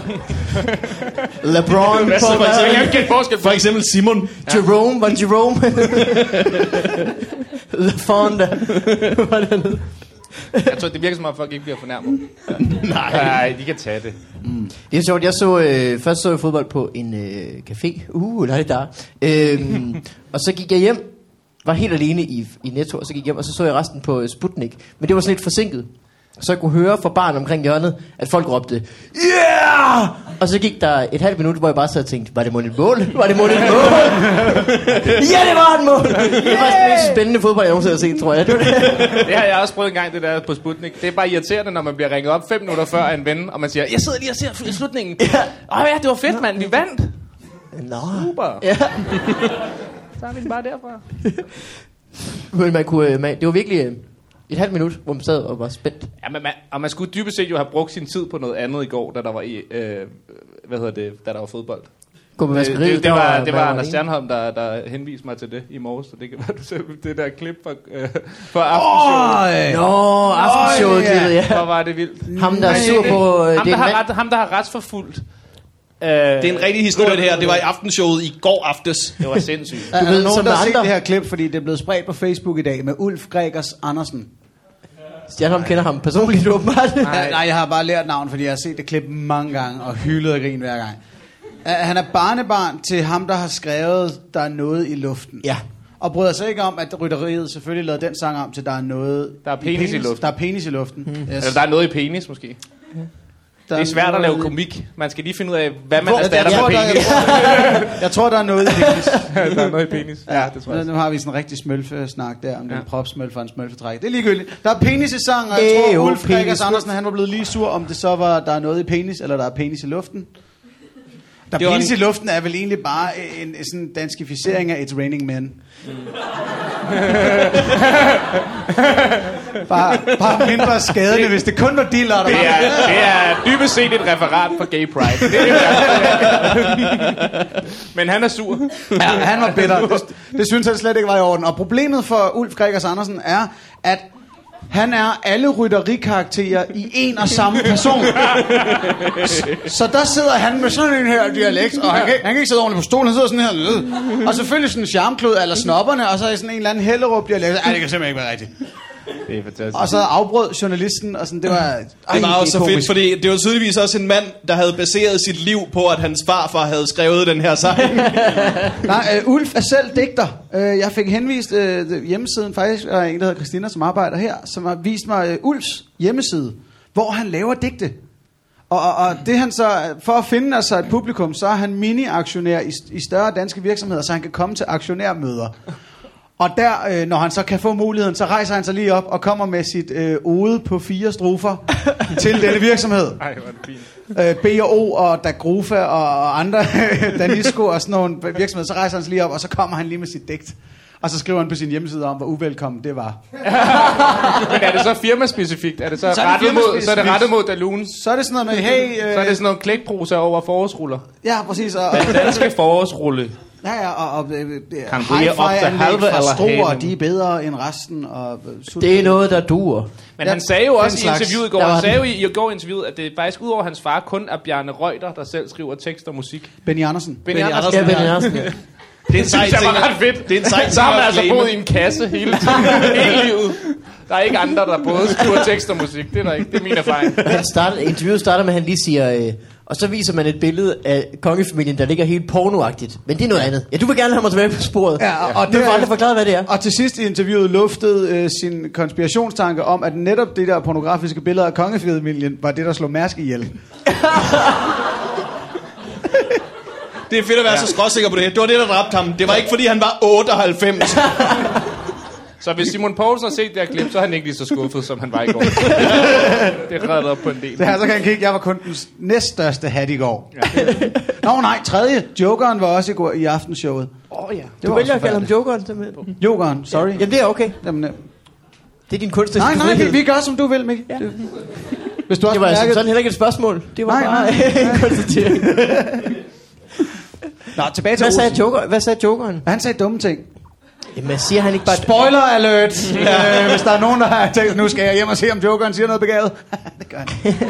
LeBron. For eksempel Simon. Jerome. Var det Jerome? LaFonda. Jeg tror, det virker som om, folk ikke bliver fornærmet. Nej, de kan tage det. Det er sjovt, først så jeg fodbold på en café. Nej, der. Og så gik jeg hjem, var helt alene i Netto, og så gik jeg hjem, og så jeg resten på Sputnik. Men det var sådan lidt forsinket. Så jeg kunne høre fra baren omkring hjørnet, at folk råbte, yeah! Og så gik der et halvt minut, hvor jeg bare sad og tænkte, var det mål et mål? Var det mål et mål? Ja, det var et mål! Det var faktisk det mest spændende fodbold, jeg nogensinde har set, tror jeg. Det har jeg også prøvet en gang, det der på Sputnik. Det er bare irriterende, når man bliver ringet op 5 minutter før af en ven, og man siger, jeg sidder lige og ser slutningen. Ja, det var fedt, mand, vi vandt. Nå. Super. Ja. Så er vi bare derfra. Men det var virkelig et halvt minut, hvor man sad og var spændt. Ja, man skulle dybest set jo have brugt sin tid på noget andet i går, da der var da der var fodbold. Det var Anders Stjernholm, der henviste mig til det i morges, så det kan være, du ser det der klip fra Aftenshowet. Aftenshowet, ja. Hvor var det vildt. Ham, der er sur på... Ham, der har retsforfulgt. Det er en rigtig historie, det her. Det var i Aftenshowet i går aftes. Det var sindssygt. Er der nogen, der har set det her klip, fordi det er blevet spredt på Facebook i dag, med Ulf Gregers Andersen? Stjernholm kender ham personligt, åbenbart. Nej, jeg har bare lært navn, fordi jeg har set det klip mange gange, og hyldet og grin hver gang. Han er barnebarn til ham, der har skrevet, der er noget i luften. Ja. Og bryder sig ikke om, at rytteriet selvfølgelig lavede den sang om til, der er noget... Der er penis i luften. Der er penis i luften. Yes. Eller der er noget i penis, måske. Det er svært at lave komik. Man skal lige finde ud af, hvad man erstatter med penis. Jeg tror, der er noget i penis. Der er noget i penis. Ja, det tror jeg. Nu har vi sådan en rigtig smølfesnak der, om den propsmølf og en smølfetræk. Det er ligegyldigt. Der er penis i sang, og jeg tror, Ulf Gregers Andersen, han var blevet lige sur, om det så var, der er noget i penis, eller der er penis i luften. Der penis i luften er vel egentlig bare en sådan danskificering af It's Raining Men. bare mindre skadende, hvis det kun var dealer. Det er dybest set et referat for Gay Pride. Men han er sur. Ja, han var bitter. Det synes han slet ikke var i orden. Og problemet for Ulf Gregers Andersen er, at han er alle rytterikarakterer i en og samme person. Så der sidder han med sådan en her dialekt, og han kan ikke sidde ordentligt på stolen, han sidder sådan her. Og selvfølgelig sådan en charmklod eller snobberne, og så er sådan en eller anden Hellerup dialekt. Ej, det kan simpelthen ikke være rigtigt. Det er fantastisk. Og så afbrød journalisten, og sådan, det var også så fedt, fordi det var tydeligvis også en mand, der havde baseret sit liv på, at hans farfar havde skrevet den her sang. Nej, Ulf er selv digter. Jeg fik henvist hjemmesiden faktisk, og en, der hedder Christina, som arbejder her, som har vist mig Ulfs hjemmeside, hvor han laver digte. Og det han så, for at finde altså et publikum, så er han mini-aktionær i større danske virksomheder, så han kan komme til aktionærmøder. Og der, når han så kan få muligheden, så rejser han sig lige op og kommer med sit ode på 4 strofer til denne virksomhed. Ej, hvor er det fint. B&O og Dagrofa og andre Danisco og sådan nogle virksomheder, så rejser han sig lige op, og så kommer han lige med sit digt. Og så skriver han på sin hjemmeside om, hvor uvelkommen det var. Men er det så firmaspecifikt? Er det så er det rettet mod Dalun? Så er det sådan noget med, hey... så er det sådan nogle klækproser over forårsruller. Ja, præcis. Og den danske forårsrulle. Ja, og hi-fi-anlæg fra Struer, de er bedre end resten. Og det er noget, der duer. Men han sagde jo også i interviewet i går, han sagde jo i går interviewet, at det faktisk udover hans far kun er Bjarne Reuter, der selv skriver tekst og musik. Benny Andersen. Benny Andersen. Det er en sej ting. Det er en sej ting. Så har man altså boet i en kasse hele tiden. Hele livet. Der er ikke andre, der både skriver tekst og musik. Det er der ikke. Det er min erfaring. Interviewet starter med, at han lige siger... og så viser man et billede af kongefamilien, der ligger helt pornoagtigt. Men det er noget andet. Ja, du vil gerne have mig tilbage på sporet. Ja, og det vil aldrig forklare, hvad det er. Og til sidst i interviewet luftede sin konspirationstanke om, at netop det der pornografiske billede af kongefamilien var det, der slog Mærsk ihjel. Det er fedt at være så skråsikker på det. Det var det, der dræbte ham. Det var ikke, fordi han var 98. Så hvis Simon Poulsen har set det her klip, så er han ikke lige så skuffet, som han var i går. Det redder op på en del. Det her, så kan han kigge. Jeg var kun den næststørste hat i går. Ja. Nå nej, tredje. Jokeren var også i går i aftenshowet. Ja. Du vælger at kalde ham Jokeren, simpelthen. Jokeren, sorry. Jamen det er okay. Jamen, det er din kunstneriske Nej, vi gør som du vil, Mikkel. Ja. Hvis du også det var mærket... sådan heller ikke et spørgsmål. Det var bare en konstatering. Nå, tilbage til Hvad sagde Jokeren? Han sagde dumme ting. Jamen siger han ikke bare... Spoiler alert! Hvis der er nogen, der har tænkt, nu skal jeg hjem og se, om Jokeren siger noget begavet. Det gør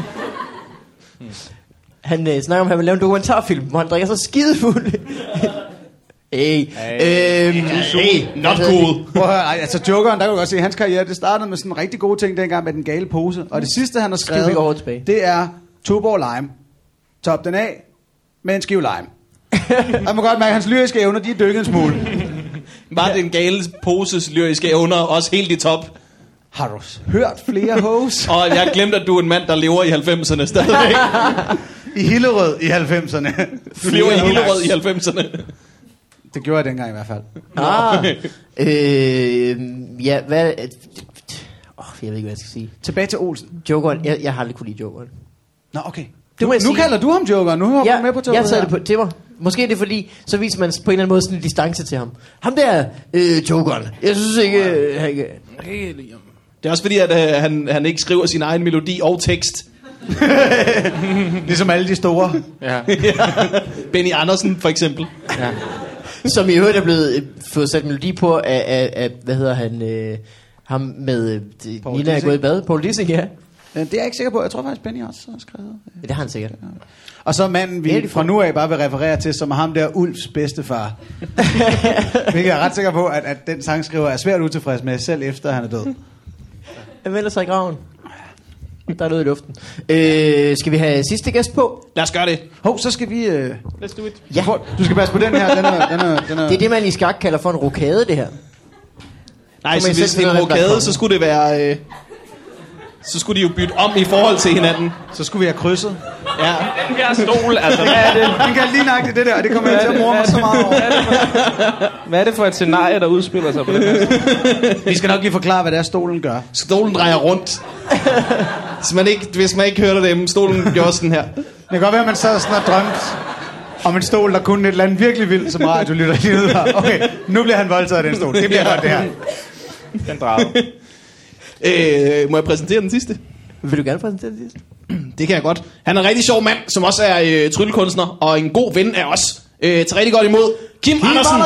han. Han snakker om, at han vil lave en dokumentarfilm, hvor han drikker så skidefuld. Hey, not cool. Prøv at høre, altså Jokeren, der kan du godt se, hans karriere, det startede med sådan en rigtig gode ting dengang med den gale pose. Og det sidste, han har skrevet, det er Tuborg Lime. Top den af med en skive lime. Jeg må godt mærke, at hans lyriske evner, de er dykket en smule. Var den gale poses lyriske evner også helt i top? Har du hørt flere hoes? Og jeg har glemt, at du er en mand, der lever i 90'erne stadigvæk. I Hillerød i 90'erne. Du lever i Hillerød i 90'erne. Det gjorde jeg dengang i hvert fald. Ja, hvad... jeg ved ikke, hvad jeg skal sige. Tilbage til Olsen. Jokeren, jeg har aldrig kunne lide Jokeren. Nå, okay. Nu kalder du ham Jokeren. Nu har du med på toget. Jeg tager det på til mig. Måske er det fordi, så viser man på en eller anden måde sådan en distance til ham. Ham der, Jokeren. Jeg synes ikke... Det er også fordi, at han ikke skriver sin egen melodi og tekst. Ligesom alle de store. Ja. Benny Andersen, for eksempel. Ja. Som i øvrigt er blevet fået sat melodi på af hvad hedder han... ham med... Nina er gået i bad. Paul Dissing, ja. Det er jeg ikke sikker på. Jeg tror faktisk, Benny også har skrevet. Ja, det har han sikkert. Og så manden, vi fra nu af bare vil referere til, som ham der Ulfs bedstefar. Hvilket jeg er ret sikker på, at den sangskriver er svært utilfreds med, selv efter han er død. Han vælger sig i graven. Der er noget i luften. Skal vi have sidste gæst på? Lad os gøre det. Så skal vi... Let's do it. Ja. Du skal passe på den her. Den er... Det er det, man i skak kalder for en rokade, det her. Nej, så hvis det er en rokade, så skulle det være... så skulle de jo bytte om i forhold til hinanden. Så skulle vi have krydset. Ja. Den her stol, altså, hvad er det? Den kan lige nøjagtigt det der, og det kommer jeg til at morme mig så meget over. Hvad er det for et scenarie, der udspiller sig på den her? Vi skal nok lige forklare, hvad det er, stolen gør. Stolen drejer rundt. Hvis man ikke hørte det, stolen gjorde sådan her. Det kan godt være, at man sad sådan og drømte om en stol, der kunne et eller andet virkelig vildt, som radiolytter lige ud her. Okay, nu bliver han voldtaget af den stol. Det bliver godt, det her. Den drager. Må jeg præsentere den sidste? Vil du gerne præsentere det sidste? Det kan jeg godt. Han er en rigtig sjov mand, som også er tryllekunstner og en god ven af os. Tag rigtig godt imod Kim Andersen.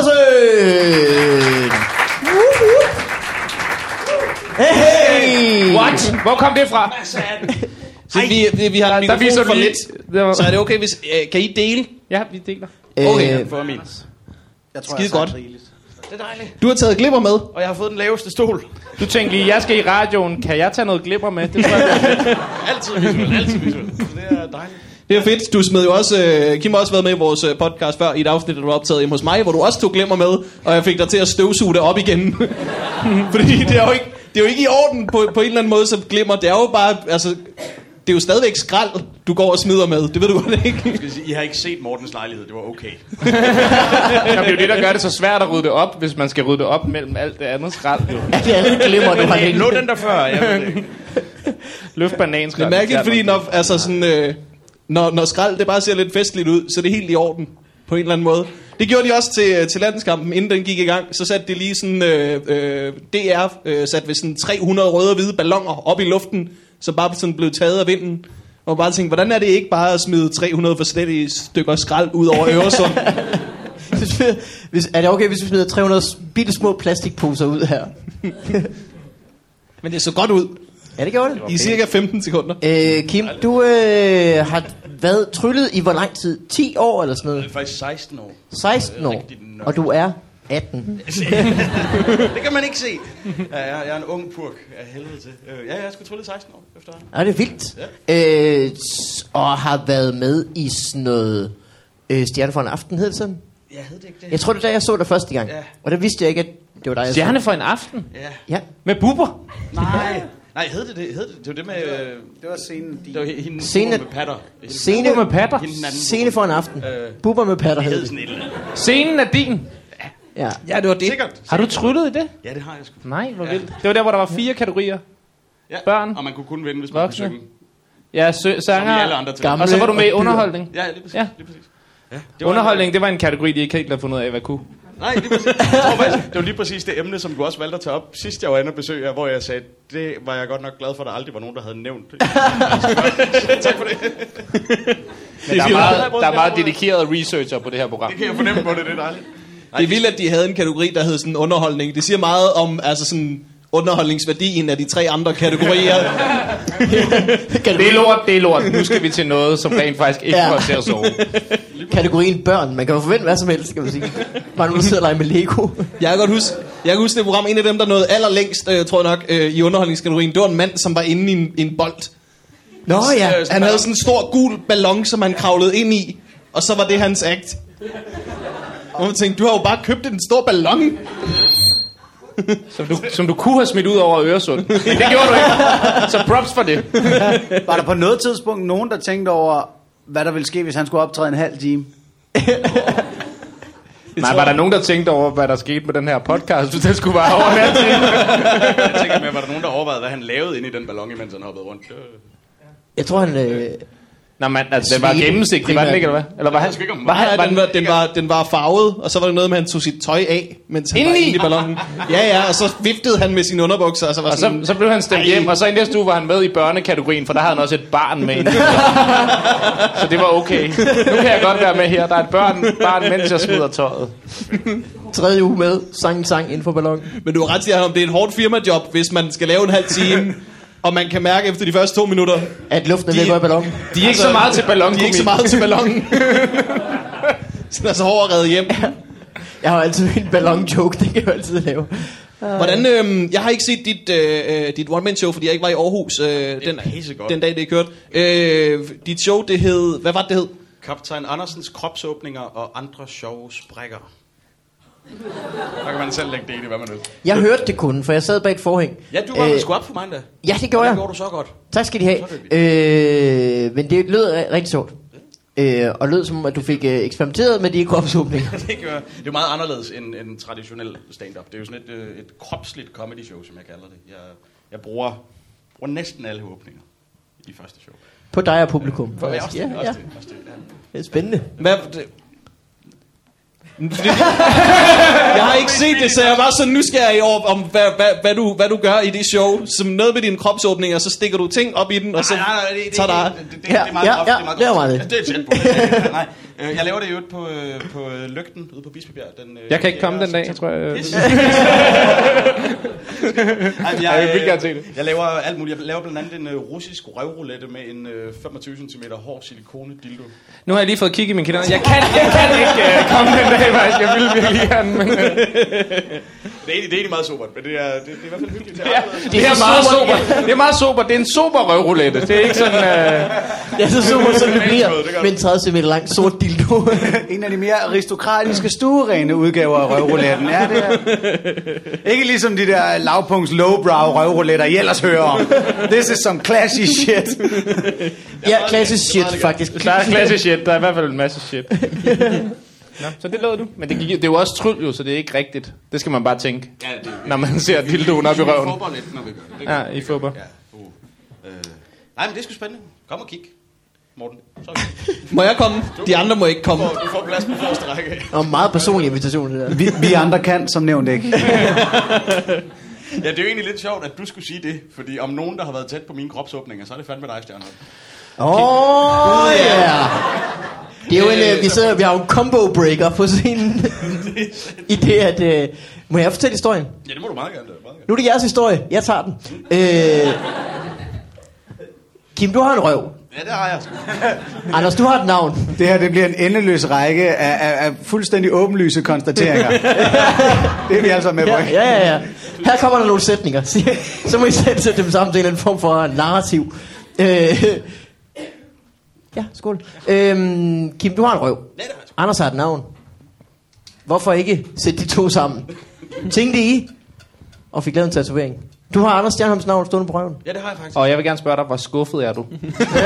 Hey! What? Hvor kom det fra? Så vi har en mikrofon for lidt. Så er det okay, hvis... kan I dele? Ja, vi deler. Okay. For min. Jeg tror, skide godt. Det er dejligt. Du har taget glipper med. Og jeg har fået den laveste stol. Du tænkte lige, jeg skal i radioen. Kan jeg tage noget glipper med? Det tror jeg, altid visuelt. Det er dejligt. Det er fedt. Du smed jo også... Kim har også været med i vores podcast før, i et afsnit, der du var optaget hjemme hos mig, hvor du også tog glimmer med, og jeg fik dig til at støvsuge det op igen. Fordi det er jo ikke i orden på en eller anden måde, som glimmer. Det er jo bare... Altså, det er jo stadigvæk skrald, du går og smider med. Det ved du godt ikke. Jeg skal sige, I har ikke set Mortens lejlighed. Det var okay. det er jo det, der gør det så svært at rydde det op, hvis man skal rydde det op mellem alt det andet skrald. Ja, det er andet glimmer, du har lå den der før? Jeg ved det ikke. Løft bananskrald. Det er mærkeligt, fordi når skrald det bare ser lidt festligt ud, så det er helt i orden på en eller anden måde. Det gjorde de også til landskampen, inden den gik i gang. Så satte de lige sådan DR sat ved sådan 300 røde og hvide balloner op i luften, så bare sådan blev taget af vinden. Og bare tænkte, hvordan er det ikke bare at smide 300 forskellige stykker skrald ud over Øresund? Er det okay, hvis vi smider 300 bitte små plastikposer ud her? Men det så godt ud. Ja, det gjorde det. I cirka 15 sekunder. Kim, du har været tryllet i hvor lang tid? 10 år eller sådan noget? Det er faktisk 16 år. 16 år. Og du er 18. Det kan man ikke se. Ja, jeg er en ung purk af helvede til. Ja, jeg skulle trylle 16 år efterhånden. Ja, det er vildt. Og har været med i sådan noget Stjerne for en aften, hed det sådan? Jeg hed det ikke det. Jeg tror, det var da jeg så dig første gang. Ja. Og der vidste jeg ikke, at det var dig, jeg Stjerne for en aften? Ja. Ja. Med buber? Nej, hed det? Det var det med... Det var scenen. Det var hende Scene- med patter. Scene Buber med patter? Hende den anden Scene for en aften. Bubber med patter Det hed hed det. sådan et eller andet. Scenen er din. Ja. Ja, det var det. Sikkert. Har du tryllet i det? Ja, det har jeg sgu. Nej, hvor vildt. Det var der, hvor der var 4 kategorier. Ja. Børn. Og man kunne kun vinde, hvis man Voksne. kunne synge. Ja, Som i alle sanger. andre til. Gamle Og så var du med i og dyr. underholdning. Ja, lige præcis. Ja. Lige præcis. Ja, det var Underholdning, det var en kategori, de ikke helt har fundet ud af, hvad kunne. Nej, lige præcis. Jeg tror faktisk, det var lige præcis det emne, som du også valgte at tage op sidst jeg var inde og besøge jer, hvor jeg sagde, det var jeg godt nok glad for, at der aldrig var nogen, der havde nævnt. Tak for det. Men der er meget dedikeret researcher på det her program. Det kan jeg fornemme på det, det er dejligt. Det er vildt, at de havde en kategori, der hed sådan underholdning. Det siger meget om altså sådan underholdningsværdien af de 3 andre kategorier. Det er lort. Nu skal vi til noget, som rent faktisk ikke Ja. får til at sove. Kategorien børn. Man kan jo forvente hvad som helst, skal man sige. Bare nu sidder og leger med Lego. Jeg kan huske det program, en af dem, der nåede allerlængst, tror jeg nok, i underholdningskategorien. Det var en mand, som var inde i en bold. Nå ja. Han havde sådan en stor gul ballon, som han kravlede ind i, og så var det hans act. Og man tænkte, du har jo bare købt en stor ballon. Som du kunne have smidt ud over Øresund. Men det gjorde du ikke. Så props for det. Var der på noget tidspunkt nogen, der tænkte over, hvad der ville ske, hvis han skulle optræde en halv time? Nej, var der nogen, der tænkte over, hvad der skete med den her podcast, hvis det skulle være over en halv time? Jeg tænker med, var der nogen, der overvejede, hvad han lavede inde i den ballon, mens han hoppede rundt? Jeg tror, han... Nå, men altså, den var gennemsigtig, var den ikke, eller hvad? Eller var han? Den var farvet, og så var det noget med, at han tog sit tøj af, mens han var Indeni? inde i ballonen. Ja, og så viftede han med sine underbukser, og så var Og sådan... så blev han stemt hjem, og så i næste uge var han med i børnekategorien, for der havde han også et barn med. Så det var okay. Nu kan jeg godt være med her. Der er et barn mens jeg smider tøjet. 3. uge med, sang inden for ballonen. Men du har ret til, at det er et hårdt firmajob, hvis man skal lave en halv time, og man kan mærke efter de første 2 minutter, At luften er ved at gå i ballonen. De er ikke så meget til ballonkomik. de er ikke så meget til ballonen. Så den er så hård at redde hjem. Jeg har altid en ballon-joke, det kan jeg jo altid lave. Hvordan, jeg har ikke set dit one-man-show, fordi jeg ikke var i Aarhus pissegodt. den dag, det kørte. Dit show, det hed... Hvad var det hed? Kaptajn Andersens kropsåbninger og andre sjove sprækker. Der kan man selv lægge det i det, hvad man vil. Jeg hørte det kun, for jeg sad bag et forhæng. Ja, du var sgu op for mig da. Ja, det gjorde Det jeg. gjorde du så godt. Tak skal de have. Men det lød rigtig sjovt. Og lød som, at du fik eksperimenteret med de kropsåbninger. Det er meget anderledes end traditionel stand-up. Det er jo sådan et kropsligt comedy show, som jeg kalder det. Jeg bruger næsten alle åbninger i første show. På dig og publikum. For også det, ja. ja. Det er spændende. Jeg har ikke set det, så jeg var så nysgerrig over, om hvad du gør i det show. Som noget med dine kropsåbninger, så stikker du ting op i den, og så tager der... Det er meget groft. det var meget det. Det er tæt på. Nej, jeg laver det jo på Lygten ude på Bispebjerg. Jeg kan ikke komme den dag, tror jeg. Jeg vil gerne se det. Jeg laver alt muligt. Jeg laver blandt andet en russisk røvroulette med en 25 cm hård silikone dildo. Nu har jeg lige fået kig i min kalender. Jeg kan ikke komme den dag, faktisk. Jeg vil virkelig gerne, men... Det er egentlig meget sobert, men det er i hvert fald hyggeligt. Det er meget sobert. Det er meget sobert. Det er en sober røvroulette. Det er ikke sådan... Ja, så super, så det bliver med en 30 cm lang sort dildo. En af de mere aristokratiske stuerene udgaver af røvrouletten. Ja, det er. Ikke ligesom de der lavpunkts lowbrow røvrouletter, I ellers hører om. This is some classy shit. Ja, klassisk shit, faktisk. Der er klassisk shit. Der er i hvert fald en masse shit. Nå, så det lød du. Men det er jo også tryl jo, så det er ikke rigtigt. Det skal man bare tænke, Ja, det når man ser dildoen op i røven. Vi fodbold lidt, når vi gør det. Ja, i fodbold. Ja. Nej, men det er sgu spændende. Kom og kig, Morten. Så Må jeg komme? De andre må ikke komme. du får plads på første række. Og meget personlig invitation, det der. Vi andre kan, som nævnt ikke. Ja, det er jo egentlig lidt sjovt, at du skulle sige det. Fordi om nogen, der har været tæt på mine kropsåbninger, så er det fandme dig, Stjerne. Ja. Det er jo vi har jo en combo breaker på scenen. I det, at... må jeg fortælle historien? Ja, det må du meget gerne. Nu er det jeres historie. Jeg tager den. Kim, du har en røv. Ja, det har jeg. Anders, du har et navn. Det her, det bliver en endeløs række af fuldstændig åbenlyse konstateringer. Det er vi altså med på, ikke? Ja. Her kommer der nogle sætninger. Så må I sætte dem sammen til en form for narrativ. Ja, skål. Kim, du har en røv. Anders har et navn. Hvorfor ikke sætte de to sammen? Tænk det i, og fik lavet en tatovering. Du har Anders Stjernholms navn stående på røven. Ja, det har jeg faktisk. Og jeg vil gerne spørge dig, hvor skuffet er du?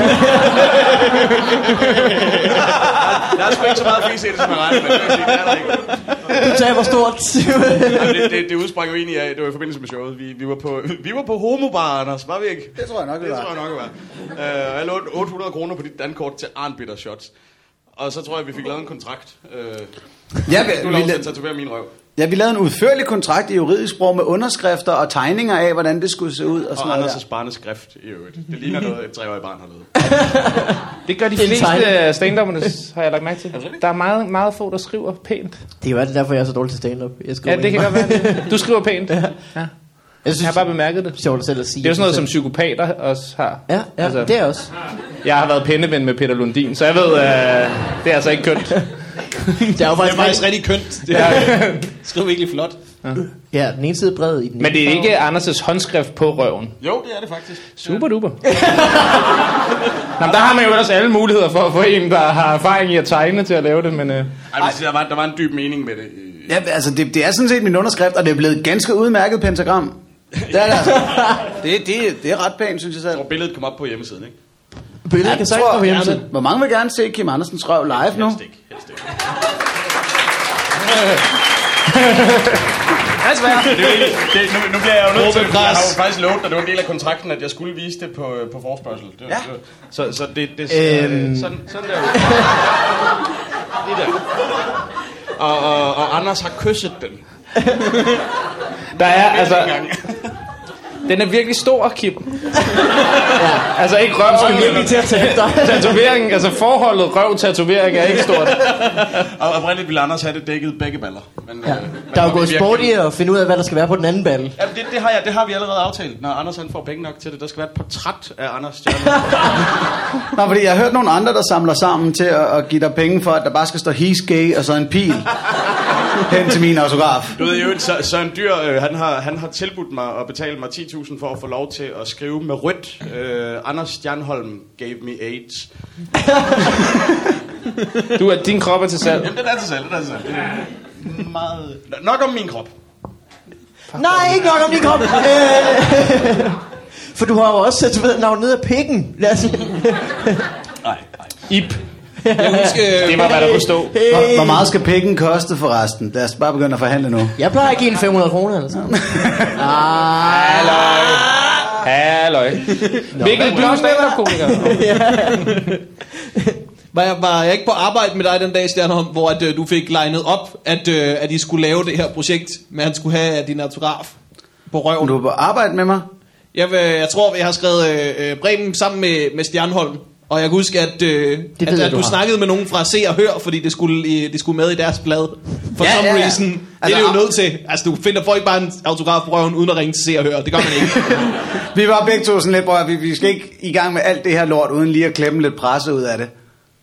Der er sgu ikke så meget fis i det, som jeg regner med. Det er der ikke. Du tager hvor stort. Det udsprang jo egentlig af, det var i forbindelse med showet. Vi var på homobar, Anders, var vi ikke? Det tror jeg nok, det var. Jeg lånte 800 kroner på dit dankort til Arnbitter Shots. Og så tror jeg, vi fik lavet en kontrakt. Du lov til at tatovere min røv. Ja, vi lavede en udførlig kontrakt i juridisk sprog med underskrifter og tegninger af, hvordan det skulle se ud. Og sådan Anders' barneskrift i øvrigt. Det ligner noget, et 3-årig barn har lavet. Det gør de fleste stand-upperne, har jeg lagt mærke til. Der er meget, meget få, der skriver pænt. Det er jo derfor, jeg er så dårlig til stand-up. Ja, det kan godt være. Du skriver pænt. Ja. Jeg har bare bemærket det. Sjovt selv at sige. Det er jo sådan noget, som psykopater også har. Ja, altså, det er også. Jeg har været penneven med Peter Lundin, så jeg ved, det er altså ikke kønt. Det er faktisk rigtig kønt. Det skriver virkelig flot. Ja, den ene side brevet i den. Men det er ikke Anders' håndskrift på røven. Jo, det er det faktisk. Super duper. Nå, der har man jo ellers alle muligheder for at få en, der har erfaring i at tegne til at lave det, men... Der var en dyb mening med det. Ja, altså det er sådan set min underskrift, og det er blevet et ganske udmærket pentagram. Det er det altså. Det er ret pænt, synes jeg selv. Jeg tror, billedet kom op på hjemmesiden, ikke? Billedet kan sagt på hjemmesiden. Hvor mange vil gerne se Kim Andersens røv live nu? Helst ikke. Nu bliver jeg jo nødt til. Jeg har jo faktisk lovet, at det var en del af kontrakten, at jeg skulle vise det på forspørgsel. Så det sådan der. Det der. Og Anders har kysset den. Der er altså... Den er virkelig stor, Kim. Ja. Altså ikke røv, til at tage dig. Tatoveringen, altså forholdet røv-tatovering er ikke stort. Og oprindeligt ville Anders have det dækket begge baller. Men, ja. Der er jo gået sport i at finde ud af, hvad der skal være på den anden balle. Ja, det har vi allerede aftalt, når Anders han får penge nok til det. Der skal være et portræt af Anders Stjernholm. Nå, fordi jeg har hørt nogle andre, der samler sammen til at give dig penge for, at der bare skal stå he's gay og så en pil hen til min autograf. Du ved jo, Søren Dyr, han har tilbudt mig at betale mig 10.000 for at få lov til at skrive med rødt. Anders Stjernholm gave me AIDS. Din krop er til salg. Jamen, den er til salg. Det er meget... Nok om min krop. Nej, ikke nok om din krop. For du har jo også tatoveret navnet ned af pikken. Nej. Ip. Det var, hvad der kunne stå. Hvor meget skal pikken koste forresten? Lad os bare begynde at forhandle nu. Jeg plejer at give en 500 kroner eller sådan. Halløj. Mikkel, du er stand-up-komiker. Var jeg ikke på arbejde med dig den dag, Stjernholm, hvor at, du fik legnet op, at I skulle lave det her projekt, med at han skulle have din autograf på røven? Du var på arbejde med mig? Jeg tror, jeg har skrevet Bremen sammen med Stjernholm. Og jeg kan huske, at du snakkede med nogen fra Se og Hør, fordi det skulle med i deres blad. For some reason. Det er det jo nødt til. Altså, du får ikke bare en autograf på røven, uden at ringe til Se og Hør. Det gør man ikke. Vi var begge to sådan lidt, bror, vi skal ikke i gang med alt det her lort, uden lige at klemme lidt presse ud af det.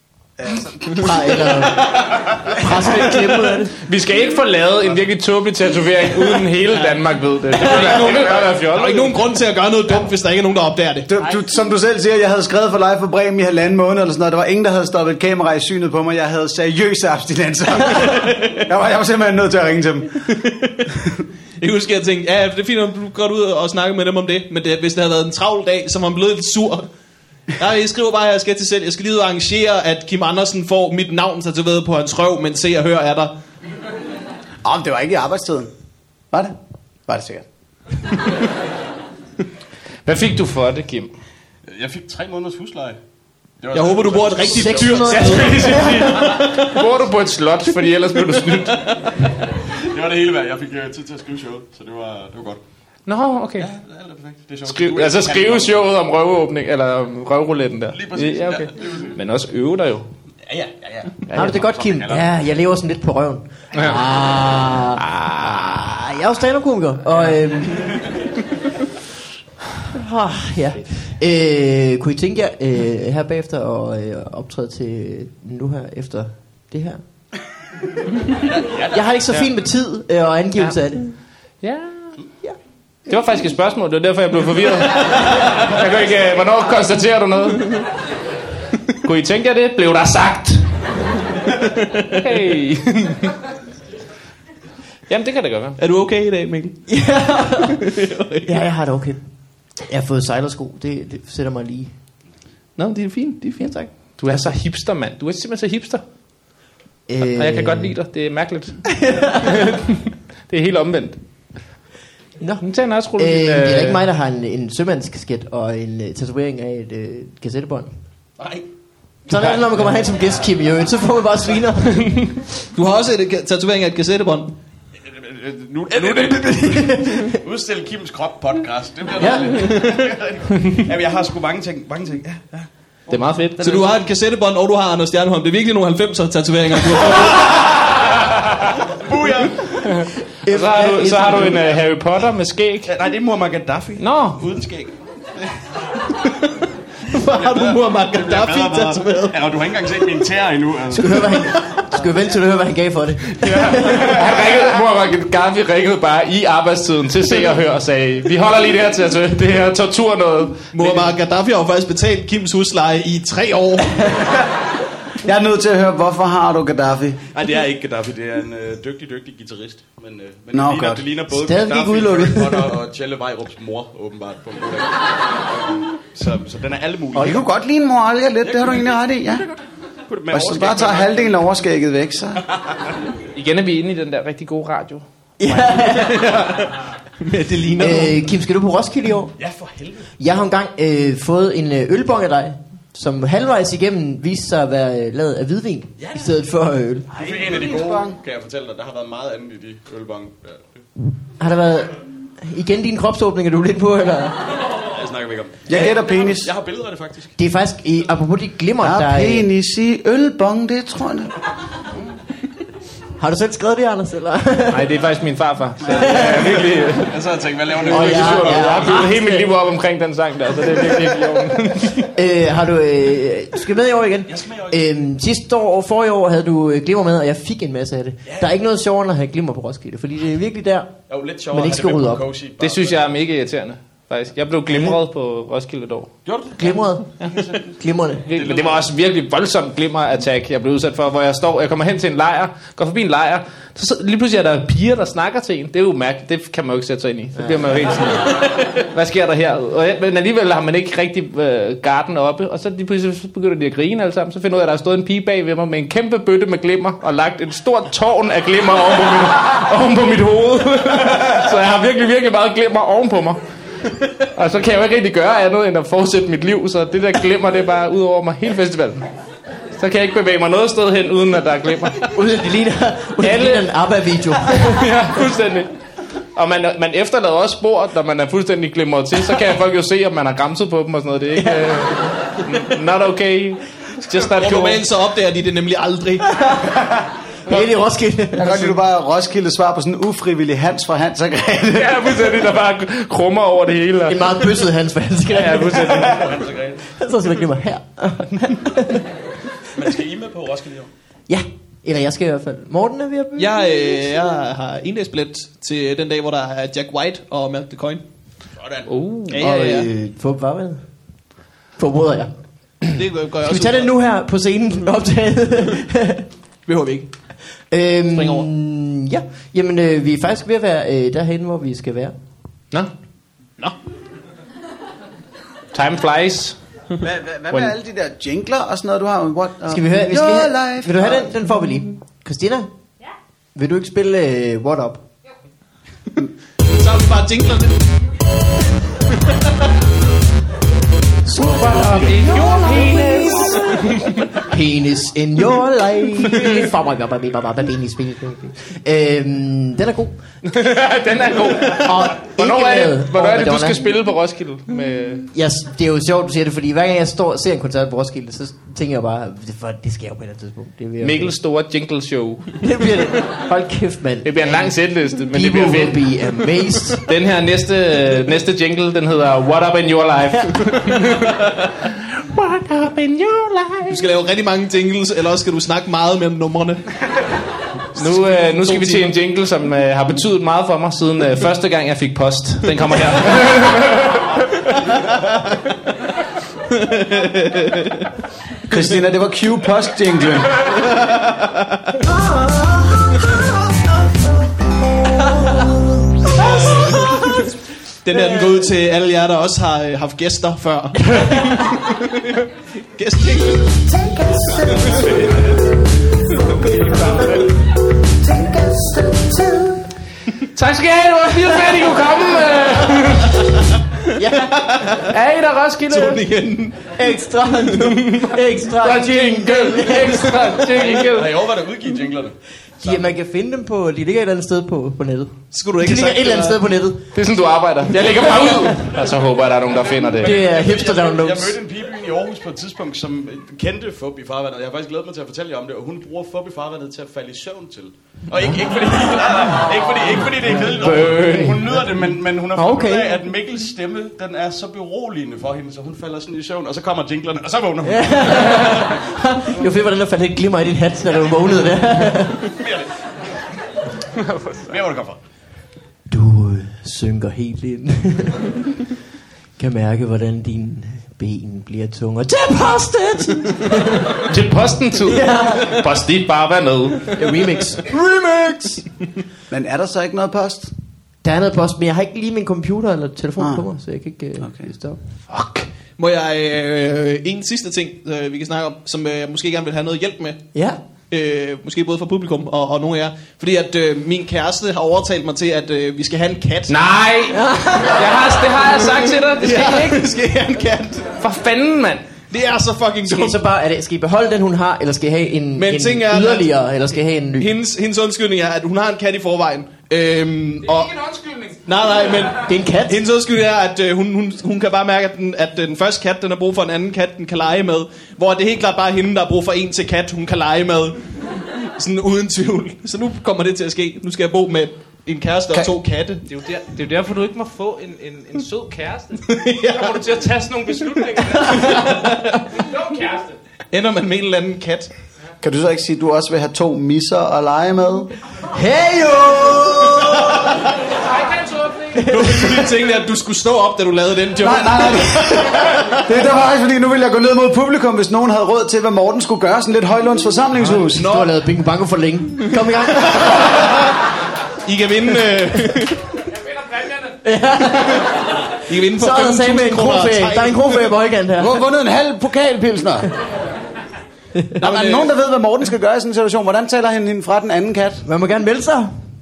Vi skal ikke få lavet en virkelig tåbelig tatovering, uden hele Danmark ved det. Der er ikke nogen grund til at gøre noget dumt, hvis der ikke er nogen, der opdager det. Som du selv siger, jeg havde skrevet for Live for Bremen i 1,5 måned eller sådan noget. Der var ingen, der havde stoppet et kamera i synet på mig. Jeg havde seriøse abstinenser. Jeg var simpelthen nødt til at ringe til dem. Jeg husker, jeg tænkte, ja, det er fint, at du går ud og snakker med dem om det. Men hvis det havde været en travl dag, så var man blevet lidt sur. Jeg skriver bare, at jeg skal til selv. Jeg skal lige ud og arrangere, at Kim Andersen får mit navn tatoveret på hans røv, men Se og Hør er der. Det var ikke i arbejdstiden. Var det? Var det sikkert. Hvad fik du for det, Kim? Jeg fik 3 måneders husleje. Jeg håber, du bor et rigtig dyrt. Bor du på et slot, fordi ellers blev du snydt? Det var det hele værd. Jeg fik tid til at skrive showet, så det var godt. Nå, okay. Ja, det er perfekt. Skrive showet om røveåbning, eller om røvrouletten der. Lige præcis. Ja, okay. Men også øve dig jo. Ja. Har du det godt, Kim? Ja, jeg lever sådan lidt på røven. Jeg er jo stand-up-komiker, og... ja. Kunne I tænke jer her bagefter at optræde til nu her efter det her? Jeg har ikke så fint med tid og angivelse af det. Ja. Det var faktisk et spørgsmål, det var derfor jeg blev forvirret. Jeg kan ikke, hvornår konstaterer du noget? Kunne I tænke jer det? Blev der sagt? Hey. Jamen, det kan det godt være. Er du okay i dag, Mikkel? Ja, jeg har det okay. Jeg har fået sejlersko, det sætter mig lige. Nå, det er fint, tak. Du er så hipster, mand. Du er simpelthen så hipster. Og jeg kan godt lide dig. Det er mærkeligt. Det er helt omvendt. Nå. Det er ikke mig, der har en sømandskasket og en tatovering af et kassettebånd. Nej. Så når man kommer hen som gæst, Kim, så får man bare sviner. Du har også et tatovering af et kassettebånd. Nu udstil Kims krop podcast. Det bliver Jamen, jeg har sgu mange ting. Ja. Det er meget fedt. Så du har et kassettebånd, og du har Anders Stjernholm. Det er virkelig nogle 90'er tatoveringer, du har fået. Så har du en Harry Potter med skæg. Nej, det er Muammar Gaddafi. Nå. Uden skæg. Hvor har du Muammar Gaddafi tatoveret? Ja, og du har ikke engang set min tæer endnu. Altså. Skal vi vente til at høre, hvad han gav for det? Muammar Gaddafi ringede bare i arbejdstiden til Se og Hør og sagde, vi holder lige det her til det her tortur noget. Muammar Gaddafi har jo faktisk betalt Kims husleje i 3 år. Jeg er nødt til at høre, hvorfor har du Gaddafi? Nej, det er ikke Gaddafi, det er en dygtig guitarist. Men det ligner både stadig Gaddafi, udelukket. og Tjelle Vejrups mor, åbenbart. På en god dag. Så den er alle mulige. Og jeg kunne godt lide en moralje lidt, det har du egentlig ret i, ja. Og så bare tager halvdelen af overskægget væk, så... Igen er vi inde i den der rigtig gode radio. Ja. Det ligner Kim, skal du på Roskilde i år? Ja, for helvede. Jeg har engang fået en ølbong af dig, som halvvejs igennem viste sig at være lavet af hvidvin, i stedet for øl. Du fik en af de gode, kan jeg fortælle dig. Der har været meget andet i de ølbong. Har der været igen dine kropsåbninger, du er lidt på, eller? Jeg snakker ikke om. Jeg gætter penis. Jeg har billeder af det, faktisk. Det er faktisk, apropos de glimmer, der er... penis i ølbong, det tror jeg. Har du selv skrevet det, Anders, eller? Nej, det er faktisk min farfar. Så jeg er virkelig... Jeg så havde tænkt, hvad laver du? Jeg har bygget hele mit liv op omkring den sang der, så det er virkelig ikke har du... Du skal med i år igen? Jeg skal med i år igen. Sidste år, forrige år, havde du glimmer med, og jeg fik en masse af det. Ja. Der er ikke noget sjovere, end at have glimmer på Roskilde, fordi det er virkelig der, jo, lidt sjovere, man ikke skal rydde op. Det synes jeg er mega irriterende. Faktisk. Jeg blev glimret på Roskilde et år. Gjorde du det? Glimret? Ja. Glimrende. Men det var også virkelig voldsomt glimmer-attack, jeg blev udsat for, hvor jeg kommer hen til en lejr, går forbi en lejr, så lige pludselig er der piger, der snakker til en. Det er jo mærkeligt, det kan man jo ikke sætte sig ind i. Så bliver man jo helt sådan, hvad sker der her? Men alligevel har man ikke rigtig garden oppe, og så lige pludselig begynder de at grine alle sammen. Så finder jeg ud af, at der har stået en pige bag ved mig med en kæmpe bøtte med glimmer, og lagt et stort tårn af glimmer oven på mit hoved. Så jeg har virkelig, virkelig meget glimmer oven på mig. Og så kan jeg jo ikke rigtig gøre andet end at fortsætte mit liv. Så det der glimmer, det er bare ud over mig hele festivalen. Så kan jeg ikke bevæge mig noget sted hen, uden at der er glimmer. Uden at det ligner en ABBA-video. Ja, fuldstændig. Og man efterlader også spor, når man er fuldstændig glimret til. Så kan folk jo se, om man har gramset på dem og sådan noget. Det er ikke... not okay. Just that cool. Normalt så opdager de det nemlig aldrig. Helt i Roskilde. Jeg kan godt lide, du bare Roskilde svar på sådan en ufrivillig Hans fra Hans og Grete. Ja, fuldstændig, der bare krummer over det hele. En meget bøsset Hans fra Hans og Grete. Ja, fuldstændig. Hans og Grete. Så skal jeg glimmer her. Men skal I med på Roskilde i år? Ja, eller jeg skal i hvert fald. Morten er ved at bygge. Jeg har endagsbillet til den dag, hvor der er Jack White og Malk the Coin. Sådan. Ja. Få farvandet. Formoder jeg. Det gør jeg skal vi tage det nu her på scenen optaget? Behøver vi ikke. Spring over. Ja, jamen vi er faktisk ved at være derhen, hvor vi skal være. Nå. Time flies. Hvad med alle de der jingler og sådan noget, du har? What, skal vi høre? Vil du have den? Den får vi lige. Christina? Ja? Vil du ikke spille What Up? Jo. Så har vi bare jinglerne. What up in your penis? penis in your life. Penis. Den er god. Den er god. Og Hvornår er det, du Madonna. skal spille på Roskilde? Med... Yes, det er jo sjovt, du siger det, fordi hver gang jeg står og ser en koncert på Roskilde, så tænker jeg bare, det sker jo på et eller andet tidspunkt. Det bliver Mikkels store jingle show. det bliver det. Hold kæft, mand. Det bliver en lang sætliste, men det People bliver will fedt. be amazed. Den her næste jingle, den hedder What Up In Your Life. What Up In Your Life. Du skal lave rigtig mange jingles, eller også skal du snakke meget mellem numrene. Nu skal vi til en jingle, som har betydet meget for mig, siden første gang jeg fik post. Den kommer her. Christina, det var Q-post-jinglen. Den der, den går ud til alle jer, der også har haft gæster før. Gæstjingle. Tak skal I have, det var vildt fedt, I kunne komme. Ja, Er I der, Roskilde? Tog den igen. ekstra jingle. Ekstra jingle. Har I overvejet at udgive jinglerne? Man kan finde dem på, de ligger et eller andet sted på nettet. Skulle du De ikke ligger et eller andet sted på nettet. Det er sådan, du arbejder. Jeg lægger bare ud. Og så håber jeg, der er nogen, der finder det. Det er hipster Jeg downloads. mødte en pige i byen i Aarhus på et tidspunkt, som kendte fup i farvandet. Jeg har faktisk glædet mig til at fortælle jer om det, og hun bruger fup i farvandet til at falde i søvn til. Og ikke fordi det er kedeligt. Hun nyder det, men hun har fundet ud af, at Mikkels stemme, den er så beroligende for hende, så hun falder sådan i søvn, og så kommer jinglerne, og så vågner hun. Det var fedt, hvordan der faldt lidt glimmer i din hat, når du vågnede der. Mere hvor det kommer fra. Du synker helt ind. Kan mærke, hvordan din ben bliver tungere. Til postet! Til posten tid. Post dit bare vær med. Remix. Remix! Men er der så ikke noget post? Der er noget post, men jeg har ikke lige min computer eller telefon på mig, så jeg kan ikke Okay. stoppe. Fuck. Må jeg en sidste ting, vi kan snakke om, som jeg måske gerne vil have noget hjælp med. Ja. Måske både fra publikum og nogle af jer. Fordi at min kæreste har overtalt mig til, at vi skal have en kat. Nej. Det har jeg sagt til dig. Det skal I ikke. Vi skal have en kat. For fanden, mand. Det er så fucking Skal I dumt. så bare, skal I beholde den, hun har, eller skal I have en ting er, yderligere, eller skal I have en ny? Hendes undskyldning er, at hun har en kat i forvejen. Og, Ikke en undskyldning. nej, men Det er en kat. hendes undskyldning er, at hun kan bare mærke, at den første kat, den har brug for en anden kat, den kan lege med. Hvor det er helt klart bare hende, der har brug for en til kat, hun kan lege med. Sådan uden tvivl. Så nu kommer det til at ske. Nu skal jeg bo med en kæreste og 2 katte. Det er jo derfor, du ikke må få en sød kæreste. Så kommer du til at tage sådan nogle beslutninger. Dum kæreste. Ender man med en eller anden kat. Kan du så ikke sige, at du også vil have 2 misser at lege med? Hey jo! Du tænkte, at du skulle stå op, da du lavede den joke. Nej. Det var faktisk, fordi nu ville jeg gå ned mod publikum, hvis nogen havde råd til, hvad Morten skulle gøre. Sådan lidt Højlunds forsamlingshus. Du har lavet bingo bango for længe. Kom i gang. I kan vinde... I kan vinde for Så er der sagde med en 5.000 kroner. kroferie. Der er en kroferie på højkant her. Du har vundet en halv pokalpilsner. Der er nogen, der ved, hvad Morten skal gøre i sådan en situation. Hvordan taler han hende fra den anden kat? Man må gerne melde sig.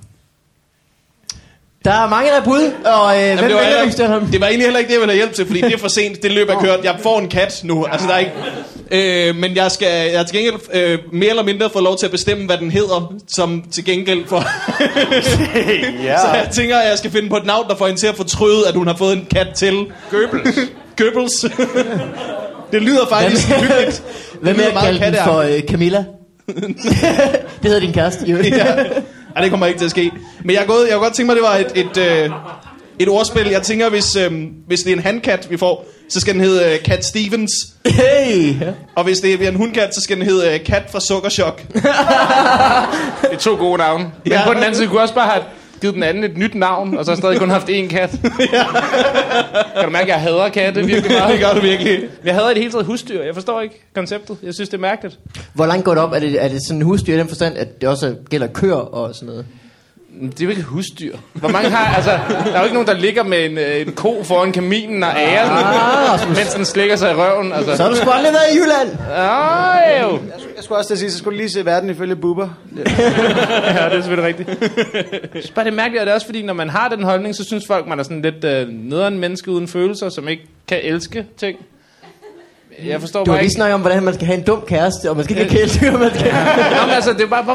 Der er mange, der er bud, og hvem det, var vælger vi heller, stjerne ham? det var egentlig heller ikke det, jeg ville have hjælp til, fordi det er for sent. Det løb er kørt. Jeg får en kat nu. Altså, der er ikke... men jeg har til gengæld mere eller mindre fået lov til at bestemme, hvad den hedder, som til gengæld for... Så jeg tænker, at jeg skal finde på et navn, der får hende til at fortryde, at hun har fået en kat til. Goebbels. Det lyder faktisk hyggeligt. Hvem lyder er meget kaldt den for Camilla? Det hedder din kæreste, jo. Ja, det kommer ikke til at ske. Men jeg kunne godt tænke mig, det var et ordspil. Jeg tænker, hvis det er en handkat, vi får, så skal den hedde Cat Stevens. Hey! Og hvis det er en hundkat, så skal den hedde Kat fra Sukkerchok. Det er 2 gode navne. Men Ja. på den anden side kunne også bare have givet den anden et nyt navn, og så stadig kun haft 1 kat. Kan du mærke, at jeg hader katte virkelig meget? Det gør du virkelig. Jeg hader i det hele taget husdyr. Jeg forstår ikke konceptet. Jeg synes, det er mærkeligt. Hvor langt går det op? Er det sådan en husdyr i den forstand, at det også gælder køer og sådan noget? Det er jo ikke et husdyr. Hvor mange har... Altså, der er jo ikke nogen, der ligger med en ko foran kaminen og ærer den, mens den slikker sig i røven. Altså. Så har du sgu aldrig været i Jylland. Jo. Jeg skulle også til at sige, så skulle du lige se verden ifølge Bubber. Ja, det er selvfølgelig rigtigt. Jeg synes bare, det er mærkeligt, og det er også fordi, når man har den holdning, så synes folk, man er sådan lidt nederen menneske uden følelser, som ikke kan elske ting. Jeg forstår Du bare har lige ikke... snakket om, hvordan man skal have en dum kæreste, og man skal ikke have kæledyr, man skal... Jamen, altså, det er bare,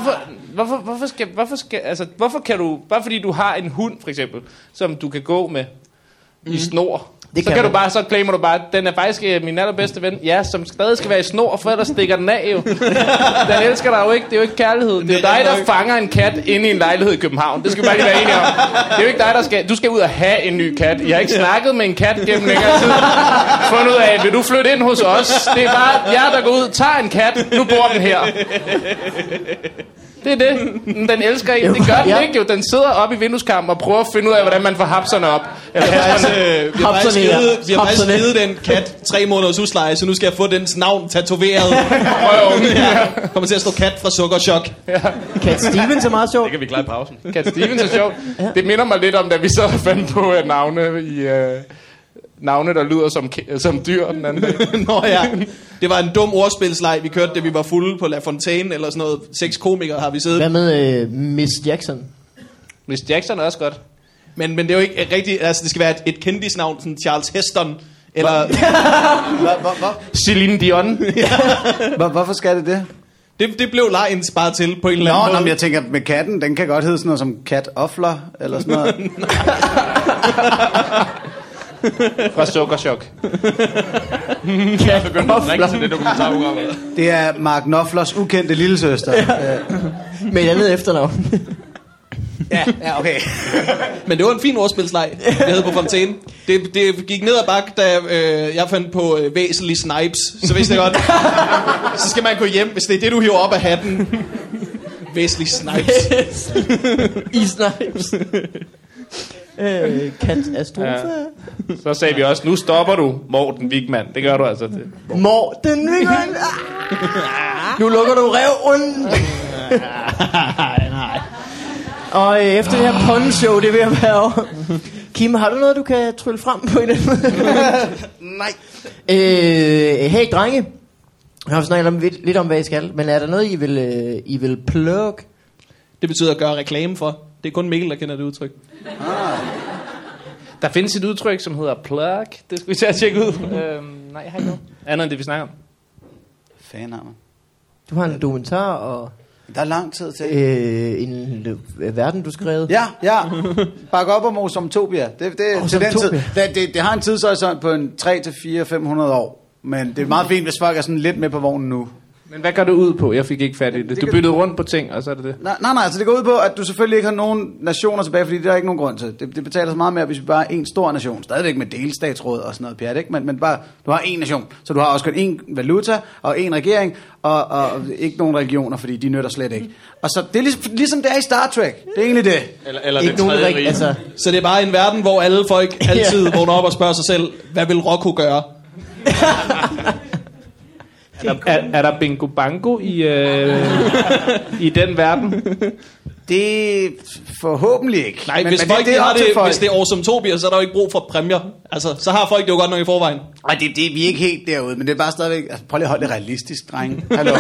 hvorfor kan du, bare fordi du har en hund, for eksempel, som du kan gå med i snor, så claimer du bare, at den er faktisk min allerbedste ven, ja, som stadig skal være i snor, for ellers stikker den af jo. Den elsker dig jo ikke, det er jo ikke kærlighed. Det er jo dig, der fanger en kat inde i en lejlighed i København. Det skal vi bare lige være enige om. Det er jo ikke dig, der skal, du skal ud og have en ny kat. Jeg har ikke snakket med en kat gennem længere tid. Fundet ud af, vil du flytte ind hos os? Det er bare jer, der går ud, tager en kat, nu bor den her. Det er det. Den elsker en. Det gør den ikke jo. Den sidder oppe i vindueskarmen og prøver at finde ud af, hvordan man får hapserne op. Vi har faktisk givet den kat 3 måneders husleje, så nu skal jeg få dens navn tatoveret. Kommer til at stå kat fra Sukkerchok. Cat Stevens er meget sjovt. Det kan vi klare i pausen. Cat Stevens er sjovt. Det minder mig lidt om, da vi så fandt på navne, der lyder som dyr den anden dag. Nå ja, det var en dum ordspilsleg, vi kørte, da vi var fulde på La Fontaine, eller sådan noget. 6 komikere har vi siddet. Hvad med Miss Jackson? Miss Jackson er også godt. Men det er jo ikke rigtigt, altså det skal være et kendisnavn, sådan Charles Heston, eller... Celine Dion. Hvorfor skal det? Det blev lejens bare til på en eller anden måde. Nå, men jeg tænker, med katten, den kan godt hedde sådan noget som Kat Offler, eller sådan noget. Fra Sukkerchok. Jeg begyndte at ringe til det dokumentarprogram. Det er Mark Knopflers ukendte lillesøster. Med et andet efternavn. Ja, okay. Men det var en fin ordspilsleg, vi havde på Fontaine. Det gik ned ad bakke, da jeg fandt på væsentlig snipes. Så vidste jeg godt, så skal man gå hjem, hvis det er det, du hiver op af hatten. Væsentlig snipes. I snipes. Katastrofe. Ja. Så sagde vi også, nu stopper du, Morten Wigman. Det gør du altså til. Morten Wigman. Nu lukker du røven. Nej. Og efter det her pondeshow, det vil jeg være over. Kim, har du noget, du kan trylle frem på en eller anden måde? Nej. Hey, drenge. Jeg har snakket lidt om, hvad I skal. Men er der noget, I vil plug? Det betyder at gøre reklame for. Det er kun Mikkel, der kender det udtryk. Der findes et udtryk, som hedder plug. Det skal vi til at tjekke ud. Nej, jeg har ikke noget. Andet end det, vi snakker om. Fan af mig. Du har en dokumentar og... Der er lang tid til. En verden, du skrev. Ja. Bak op om Osomtopia. Det til den tid. Det har en tidshorisont på en 300-500 år. Men det er meget fint, hvis folk er sådan lidt med på vognen nu. Men hvad går det ud på? Jeg fik ikke fat i det. Du byttede rundt på ting, og så er det det. Nej, altså det går ud på, at du selvfølgelig ikke har nogen nationer tilbage, fordi der er ikke nogen grund til. Det betaler så meget mere, hvis vi bare er en stor nation. Stadigvæk med delstatsråd og sådan noget pjat, ikke? Men bare, du har en nation. Så du har også kun en valuta og en regering, og ikke nogen regioner, fordi de nytter slet ikke. Og så det er ligesom det er i Star Trek. Det er egentlig det. Eller ikke det tredje rige. altså. Så det er bare en verden, hvor alle folk altid vågner op og spørger sig selv, hvad vil Rocco gøre? Er der bingo bango i den verden? Det forhåbentlig ikke. Nej, hvis det er Osomtopia, så er der jo ikke brug for præmier. Altså, så har folk det jo godt nok i forvejen. Og vi er ikke helt derude, men det er bare stadigvæk... Altså, prøv lige at holde det realistisk, drenge. Hallo.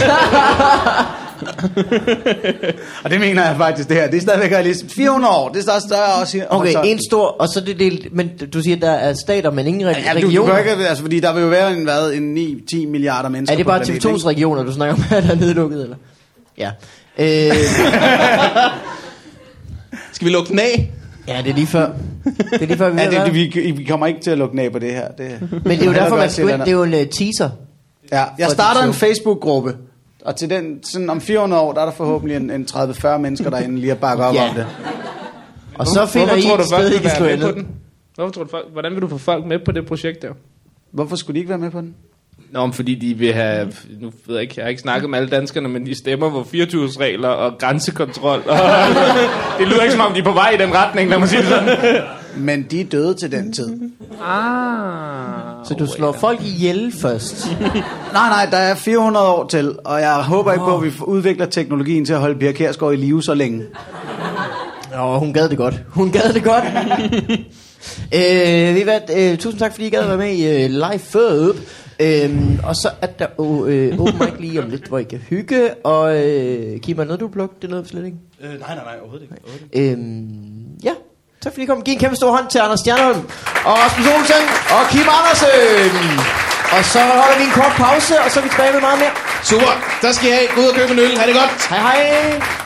Og det mener jeg faktisk, det her. Det er stadigvæk realistisk. 400 år, det er større også. Okay, en stor... Og så det men du siger, der er stater, men ingen regioner. Du kan ikke... Altså, fordi der vil jo være en 9-10 milliarder mennesker. Er det bare TV2's regioner, du snakker om, der er nedlukket, eller? Ja. Skal vi lukke den af? Ja, det er lige før. Vi kommer ikke til at lukke den af på det her. Men det er jo derfor, man skal det er jo en teaser. Ja, jeg starter en Facebook-gruppe. Og til den, sådan om 400 år, der er der forhåbentlig en 30-40 mennesker derinde lige at bakke op om det. Og så finder I et sted, I kan slå ind. Hvordan vil du få folk med på det projekt der? Hvorfor skulle de ikke være med på den? Nå, fordi de vil have... Nu ved jeg ikke, jeg har ikke snakket med alle danskerne, men de stemmer på 24-regler og grænsekontrol. Og det lyder ikke som om, de er på vej i den retning, lad mig sige det sådan. Men de er døde til den tid. Så du slår folk ihjel først? Nej, der er 400 år til, og jeg håber ikke på, at vi udvikler teknologien til at holde Pia Kjærsgaard i live så længe. Hun gad det godt. Tusind tak, fordi I gad være med i Live Up. Og så er der open mic lige om lidt, hvor I kan hygge. Og Kim, er noget du plukker? Det er noget slet ikke? Nej, overhovedet ikke. Ja, tak fordi I kom. Giv en kæmpe stor hånd til Anders Stjernholm og Rasmus Olsen og Kim Andersen. Og så holder vi en kort pause, og så er vi tilbage med meget mere. Super. Der skal jeg gå ud og købe en øl. Ha' det godt. Hej hej.